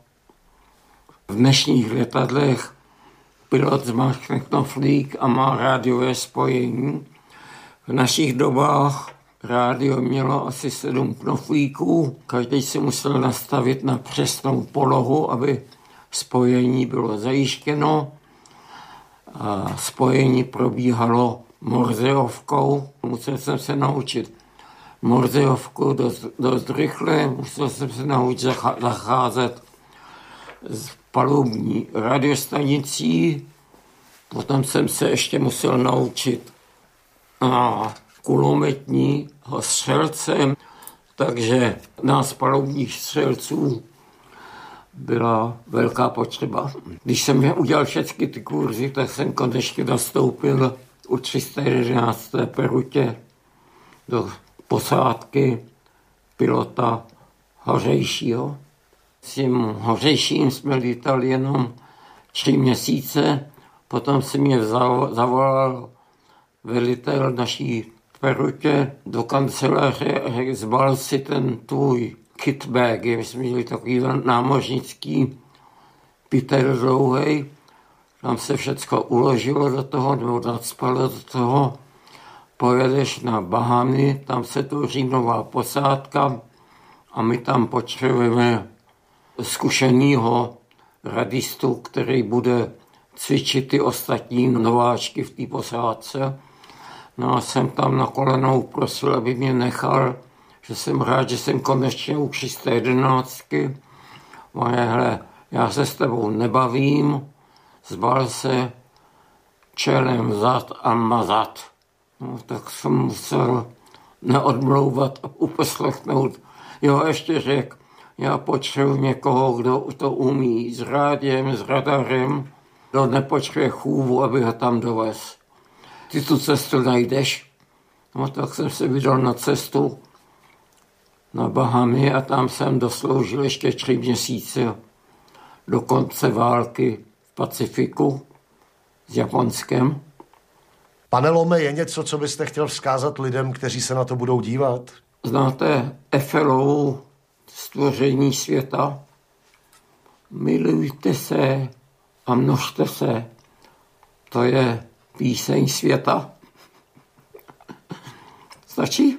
V dnešních letadlech pilot zmáčkne knoflík a má rádiové spojení. V našich dobách rádio mělo asi sedm knoflíků, každý si musel nastavit na přesnou polohu, aby spojení bylo zajištěno. A spojení probíhalo morzeovkou. Musel jsem se naučit morzeovku dost, dost rychle, musel jsem se naučit zacházet s palubní radiostanicí, potom jsem se ještě musel naučit a kulometního střelce, takže nás palubních střelců byla velká potřeba. Když jsem udělal všechny ty kurzy, tak jsem konečně nastoupil u tři sta jedenácté perutě do posádky pilota Hořejšího. S tím Hořejším jsme lítali jenom tři měsíce, potom si mě zavolal velitel naší perutě do kanceláře a řekl, zbal si ten tvůj kitbag, my jsme měli takový námořnický Peter dlouhej, tam se všecko uložilo do toho, nebo nadspalo do toho, pojedeš na Bahamy, tam se tvoří nová posádka a my tam potřebujeme zkušenýho radistu, který bude cvičit ty ostatní nováčky v té posádce. No a jsem tam na kolenou prosil, aby mě nechal, že jsem rád, že jsem konečně u tři sta jedenáct. Moje, hele, já se s tebou nebavím, zbal se čelem zad a mazat. No, tak jsem musel neodmlouvat a uposlechnout. Jo, ještě řekl, já potřebuji někoho, kdo to umí s rádiem, s radarem, kdo nepotřebuje chůvu, aby ho tam dovez. Ty tu cestu najdeš? No tak jsem se vydal na cestu na Bahamy a tam jsem dosloužil ještě tři měsíce do konce války v Pacifiku s Japonskem. Pane Lome, je něco, co byste chtěl vzkázat lidem, kteří se na to budou dívat? Znáte Eiffelovu Stvoření světa? Milujte se a množte se. To je píseň světa. Stačí?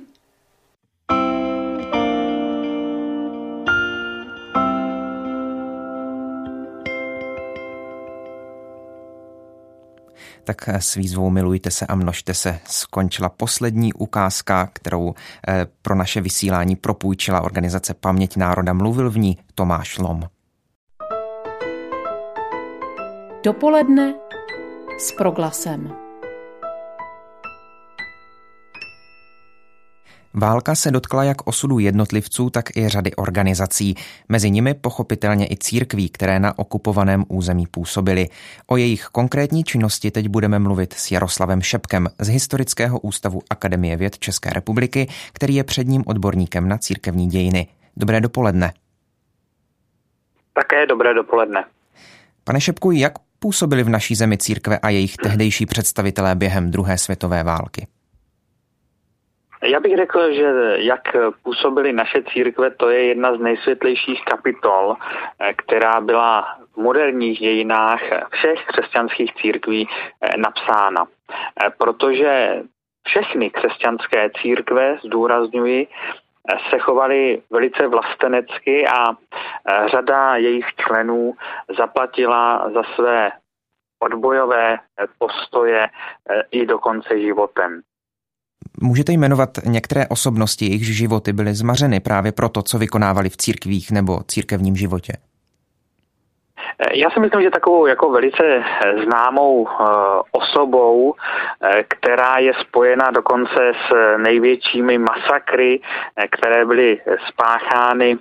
Tak s výzvou Milujte se a množte se skončila poslední ukázka, kterou pro naše vysílání propůjčila organizace Paměť národa. Mluvil v ní Tomáš Lom. Dopoledne s Proglasem. Válka se dotkla jak osudu jednotlivců, tak i řady organizací, mezi nimi pochopitelně i církví, které na okupovaném území působily. O jejich konkrétní činnosti teď budeme mluvit s Jaroslavem Šepkem z Historického ústavu Akademie věd České republiky, který je předním odborníkem na církevní dějiny. Dobré dopoledne. Také dobré dopoledne. Pane Šepku, jak působili v naší zemi církve a jejich tehdejší představitelé během druhé světové války? Já bych řekl, že jak působily naše církve, to je jedna z nejsvětlejších kapitol, která byla v moderních dějinách všech křesťanských církví napsána. Protože všechny křesťanské církve, zdůrazňuji, se chovaly velice vlastenecky a řada jejich členů zaplatila za své odbojové postoje i dokonce životem. Můžete jmenovat některé osobnosti, jejichž životy byly zmařeny právě proto, co vykonávali v církvích nebo církevním životě? Já si myslím, že takovou jako velice známou osobou, která je spojena dokonce s největšiemi masakry, které byly spáchány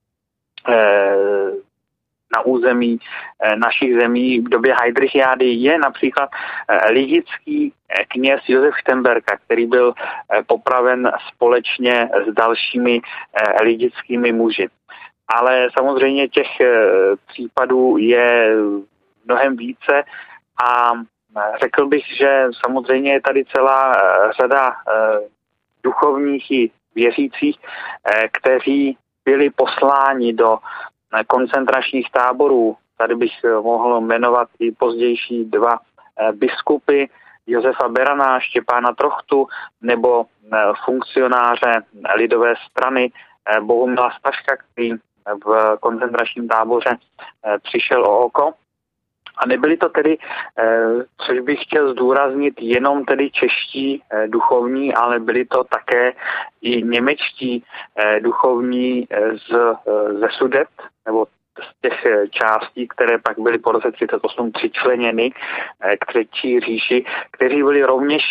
na území našich zemí v době Heidrichiády, je například lidický kněz Josef Štemberka, který byl popraven společně s dalšími lidickými muži. Ale samozřejmě těch případů je mnohem více a řekl bych, že samozřejmě je tady celá řada duchovních i věřících, kteří byli posláni do koncentračních táborů. Tady bych mohl jmenovat i pozdější dva biskupy, Josefa Berana, Štěpána Trochtu, nebo funkcionáře lidové strany Bohumila Staška, který v koncentračním táboře přišel o oko. A nebyli to tedy, což bych chtěl zdůraznit, jenom tedy čeští duchovní, ale byli to také i němečtí duchovní z, ze Sudet, nebo z těch částí, které pak byly po roce třicet osm přičleněny k Třetí říši, kteří byli rovněž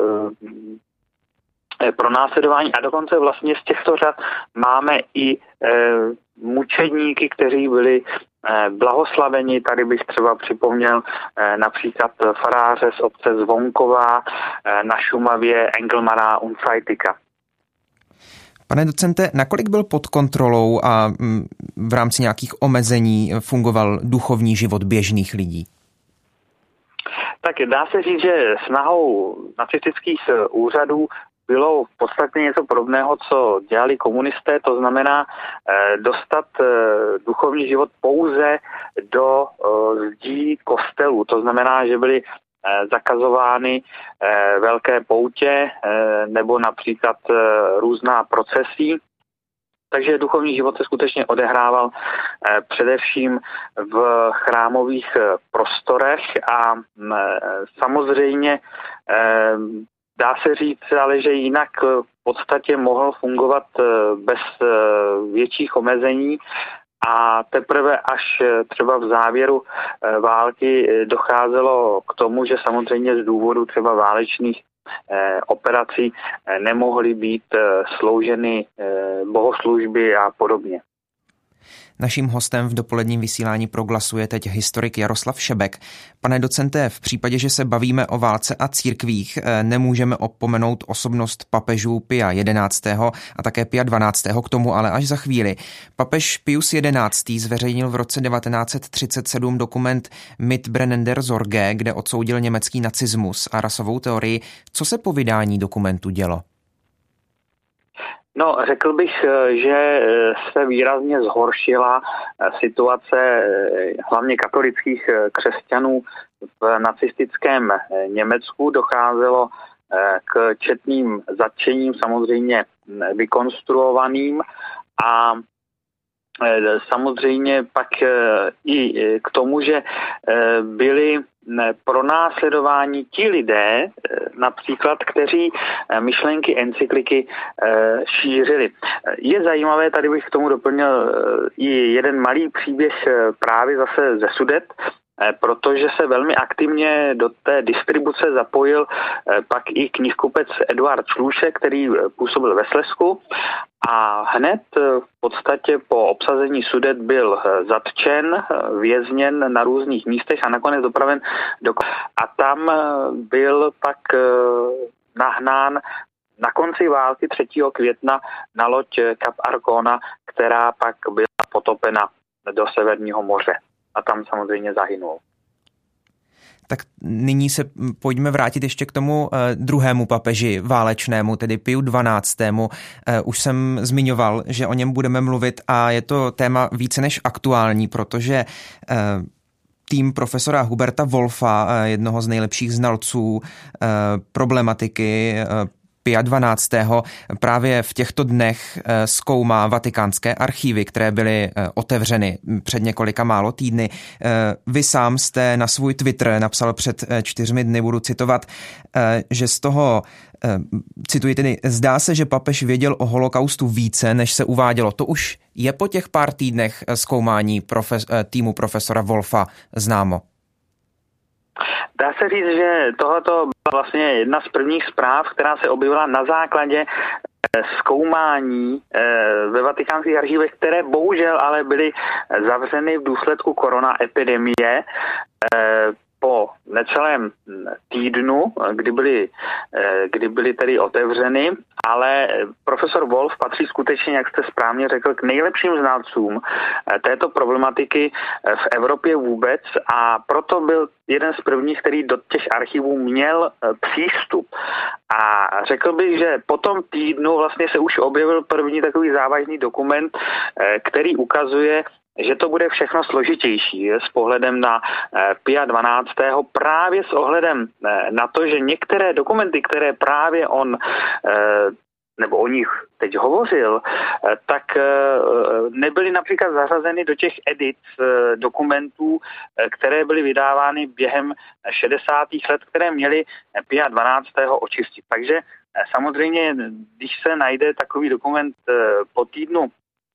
pronásledování a dokonce vlastně z těchto řad máme i mučedníky, kteří byli blahoslaveni. Tady bych třeba připomněl například faráře z obce Zvonková na Šumavě Engelmana Unzeitika. Pane docente, nakolik byl pod kontrolou a v rámci nějakých omezení fungoval duchovní život běžných lidí? Tak dá se říct, že snahou nacistických úřadů bylo v podstatě něco podobného, co dělali komunisté, to znamená eh, dostat eh, duchovní život pouze do eh, zdí kostelů. To znamená, že byly eh, zakazovány eh, velké poutě eh, nebo například eh, různá procesí. Takže duchovní život se skutečně odehrával eh, především v chrámových eh, prostorech a eh, samozřejmě eh, dá se říct, ale že jinak v podstatě mohl fungovat bez větších omezení a teprve až třeba v závěru války docházelo k tomu, že samozřejmě z důvodu třeba válečných operací nemohly být slouženy bohoslužby a podobně. Naším hostem v dopoledním vysílání Proglasu je teď historik Jaroslav Šebek. Pane docente, v případě, že se bavíme o válce a církvích, nemůžeme opomenout osobnost papežů Pia jedenáctého a také Pia dvanáctého, k tomu ale až za chvíli. Papež Pius jedenáctý zveřejnil v roce devatenáct set třicet sedm dokument Mitbrennender Sorge, kde odsoudil německý nacismus a rasovou teorii. Co se po vydání dokumentu dělo? No, řekl bych, že se výrazně zhoršila situace hlavně katolických křesťanů v nacistickém Německu. Docházelo k četným zatčením, samozřejmě vykonstruovaným, a samozřejmě pak i k tomu, že byli pronásledování ti lidé, například, kteří myšlenky encykliky šířili. Je zajímavé, tady bych k tomu doplnil i jeden malý příběh právě zase ze Sudet, protože se velmi aktivně do té distribuce zapojil pak i knihkupec Eduard Šlůšek, který působil ve Slezsku, a hned v podstatě po obsazení Sudet byl zatčen, vězněn na různých místech a nakonec dopraven do... A tam byl pak nahnán na konci války třetího května na loď Cap Arcona, která pak byla potopena do Severního moře. A tam samozřejmě zahynul. Tak nyní se pojďme vrátit ještě k tomu eh, druhému papeži válečnému, tedy Piu dvanáctému. Eh, už jsem zmiňoval, že o něm budeme mluvit a je to téma více než aktuální, protože eh, tým profesora Huberta Wolfa, eh, jednoho z nejlepších znalců eh, problematiky eh, Pia dvanáctého právě v těchto dnech zkoumá vatikánské archívy, které byly otevřeny před několika málo týdny. Vy sám jste na svůj Twitter napsal před čtyřmi dny, budu citovat, že z toho, cituji tedy, zdá se, že papež věděl o holokaustu více, než se uvádělo. To už je po těch pár týdnech zkoumání profes, týmu profesora Wolfa známo? Dá se říct, že tohoto byla vlastně jedna z prvních zpráv, která se objevila na základě zkoumání ve vatikánských archívech, které bohužel ale byly zavřeny v důsledku koronaepidemie. Po necelém týdnu, kdy byly, kdy byly tedy otevřeny, ale profesor Wolf patří skutečně, jak jste správně řekl, k nejlepším znalcům této problematiky v Evropě vůbec, a proto byl jeden z prvních, který do těch archivů měl přístup. A řekl bych, že po tom týdnu vlastně se už objevil první takový závažný dokument, který ukazuje, že to bude všechno složitější s pohledem na Pia dvanáctého právě s ohledem na to, že některé dokumenty, které právě on nebo o nich teď hovořil, tak nebyly například zařazeny do těch edic dokumentů, které byly vydávány během šedesátých let, které měly Pia dvanáctého očistit. Takže samozřejmě, když se najde takový dokument po týdnu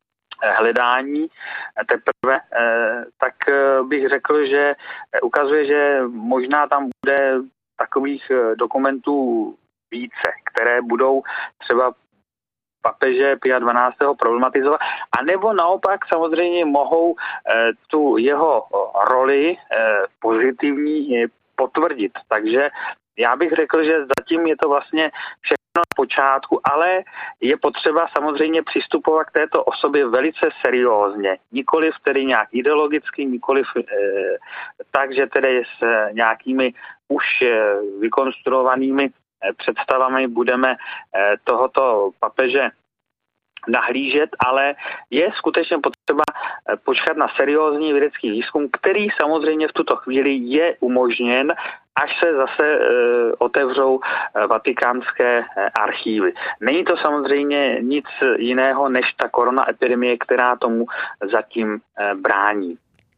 hledání teprve, tak bych řekl, že ukazuje, že možná tam bude takových dokumentů více, které budou třeba papeže Pia dvanáctého problematizovat, a nebo naopak samozřejmě mohou tu jeho roli pozitivní potvrdit. Takže já bych řekl, že zatím je to vlastně všechno na počátku, ale je potřeba samozřejmě přistupovat k této osobě velice seriózně. Nikoliv tedy nějak ideologicky, nikoliv eh, tak, že tedy s nějakými už eh, vykonstruovanými eh, představami budeme eh, tohoto papeže nahlížet, ale je skutečně potřeba počkat na seriózní vědecký výzkum, který samozřejmě v tuto chvíli je umožněn, až se zase e, otevřou vatikánské archívy. Není to samozřejmě nic jiného než ta koronaepidemie, která tomu zatím e, brání.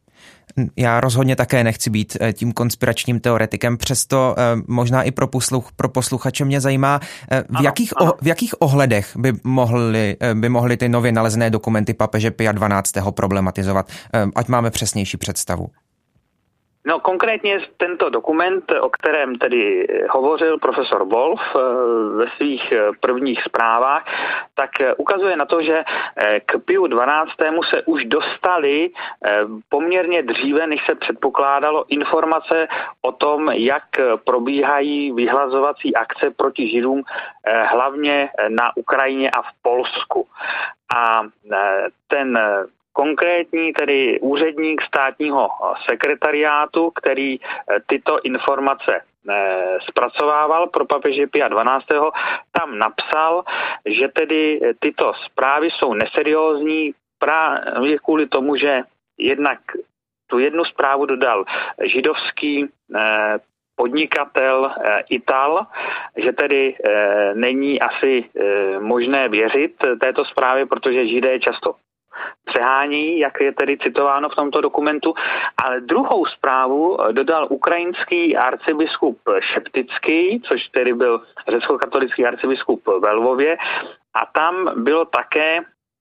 Já rozhodně také nechci být tím konspiračním teoretikem, přesto možná i pro, posluch, pro posluchače mě zajímá, v, ano, jakých, ano. O, v jakých ohledech by mohly, by mohly ty nově nalezené dokumenty papeže Pia dvanáctého problematizovat, ať máme přesnější představu. No konkrétně tento dokument, o kterém tedy hovořil profesor Wolf ve svých prvních zprávách, tak ukazuje na to, že k Piu dvanáctému se už dostali poměrně dříve, než se předpokládalo, informace o tom, jak probíhají vyhlazovací akce proti Židům hlavně na Ukrajině a v Polsku. A ten konkrétní tedy úředník státního sekretariátu, který tyto informace zpracovával pro papeže Pia dvanáctého, tam napsal, že tedy tyto zprávy jsou neseriózní právě kvůli tomu, že jednak tu jednu zprávu dodal židovský podnikatel Ital, že tedy není asi možné věřit této zprávě, protože Židé často přehání, jak je tedy citováno v tomto dokumentu, ale druhou zprávu dodal ukrajinský arcibiskup Šeptický, což tedy byl řeckokatolický arcibiskup ve Lvově, a tam bylo také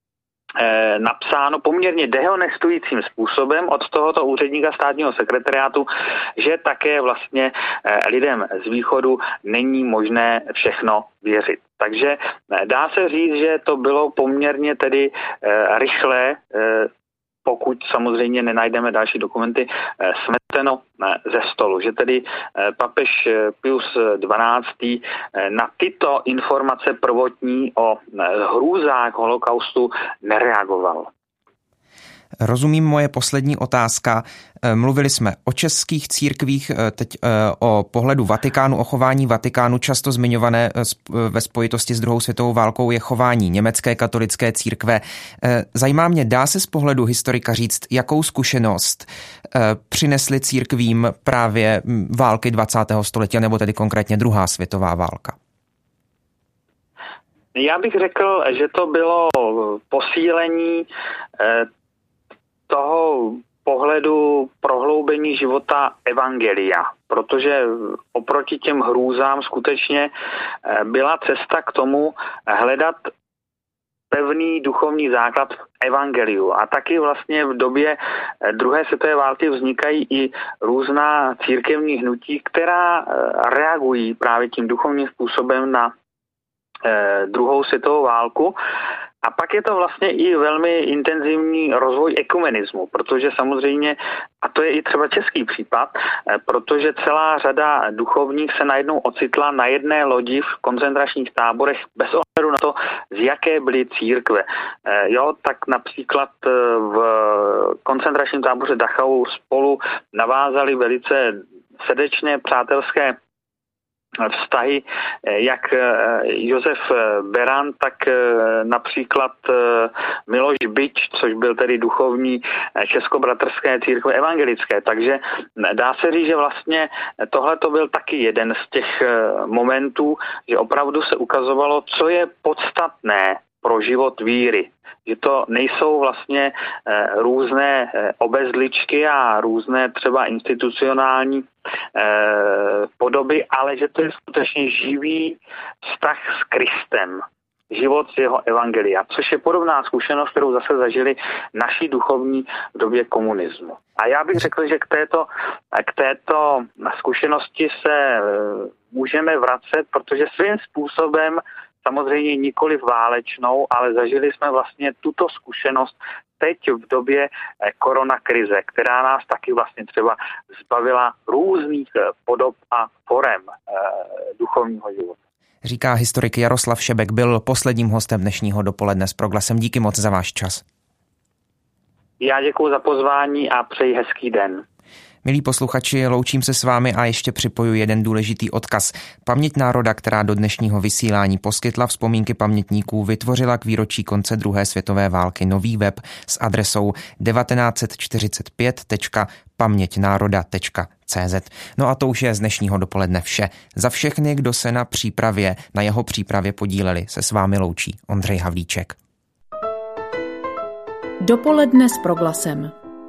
eh, napsáno poměrně dehonestujícím způsobem od tohoto úředníka státního sekretariátu, že také vlastně eh, lidem z východu není možné všechno věřit. Takže dá se říct, že to bylo poměrně tedy e, rychlé, e, pokud samozřejmě nenajdeme další dokumenty, e, smeteno e, ze stolu. Že tedy e, papež Pius dvanáctý. E, na tyto informace prvotní o e, hrůzách holokaustu nereagoval. Rozumím, moje poslední otázka. Mluvili jsme o českých církvích, teď o pohledu Vatikánu, o chování Vatikánu. Často zmiňované ve spojitosti s druhou světovou válkou je chování německé katolické církve. Zajímá mě, dá se z pohledu historika říct, jakou zkušenost přinesly církvím právě války dvacátého století, nebo tedy konkrétně druhá světová válka? Já bych řekl, že to bylo posílení toho pohledu prohloubení života evangelia, protože oproti těm hrůzám skutečně byla cesta k tomu hledat pevný duchovní základ v evangeliu. A taky vlastně v době druhé světové války vznikají i různá církevní hnutí, která reagují právě tím duchovním způsobem na druhou světovou válku. A pak je to vlastně i velmi intenzivní rozvoj ekumenismu, protože samozřejmě, a to je i třeba český případ, protože celá řada duchovních se najednou ocitla na jedné lodi v koncentračních táborech bez ohledu na to, z jaké byly církve. Jo, tak například v koncentračním táboře Dachau spolu navázali velice srdečné přátelské vztahy, jak Josef Beran, tak například Miloš Bič, což byl tedy duchovní českobratrské církve evangelické. Takže dá se říct, že vlastně tohle to byl taky jeden z těch momentů, že opravdu se ukazovalo, co je podstatné pro život víry. Že to nejsou vlastně e, různé e, obezličky a různé třeba institucionální e, podoby, ale že to je skutečně živý vztah s Kristem. Život z jeho evangelia, což je podobná zkušenost, kterou zase zažili naši duchovní v době komunismu. A já bych řekl, že k této, k této zkušenosti se můžeme vracet, protože svým způsobem samozřejmě nikoli válečnou, ale zažili jsme vlastně tuto zkušenost teď v době koronakrize, která nás taky vlastně třeba zbavila různých podob a forem duchovního života. Říká historik Jaroslav Šebek, byl posledním hostem dnešního dopoledne s Proglasem. Díky moc za váš čas. Já děkuji za pozvání a přeji hezký den. Milí posluchači, loučím se s vámi a ještě připoju jeden důležitý odkaz. Paměť národa, která do dnešního vysílání poskytla vzpomínky pamětníků, vytvořila k výročí konce druhé světové války nový web s adresou devatenáct set čtyřicet pět tečka paměť národa tečka cé zet. No a to už je z dnešního dopoledne vše. Za všechny, kdo se na přípravě, na jeho přípravě podíleli, se s vámi loučí Ondřej Havlíček. Dopoledne s Proglasem.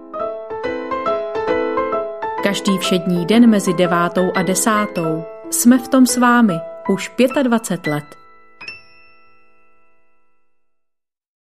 Každý všední den mezi devátou a desátou jsme v tom s vámi už dvacet pět let.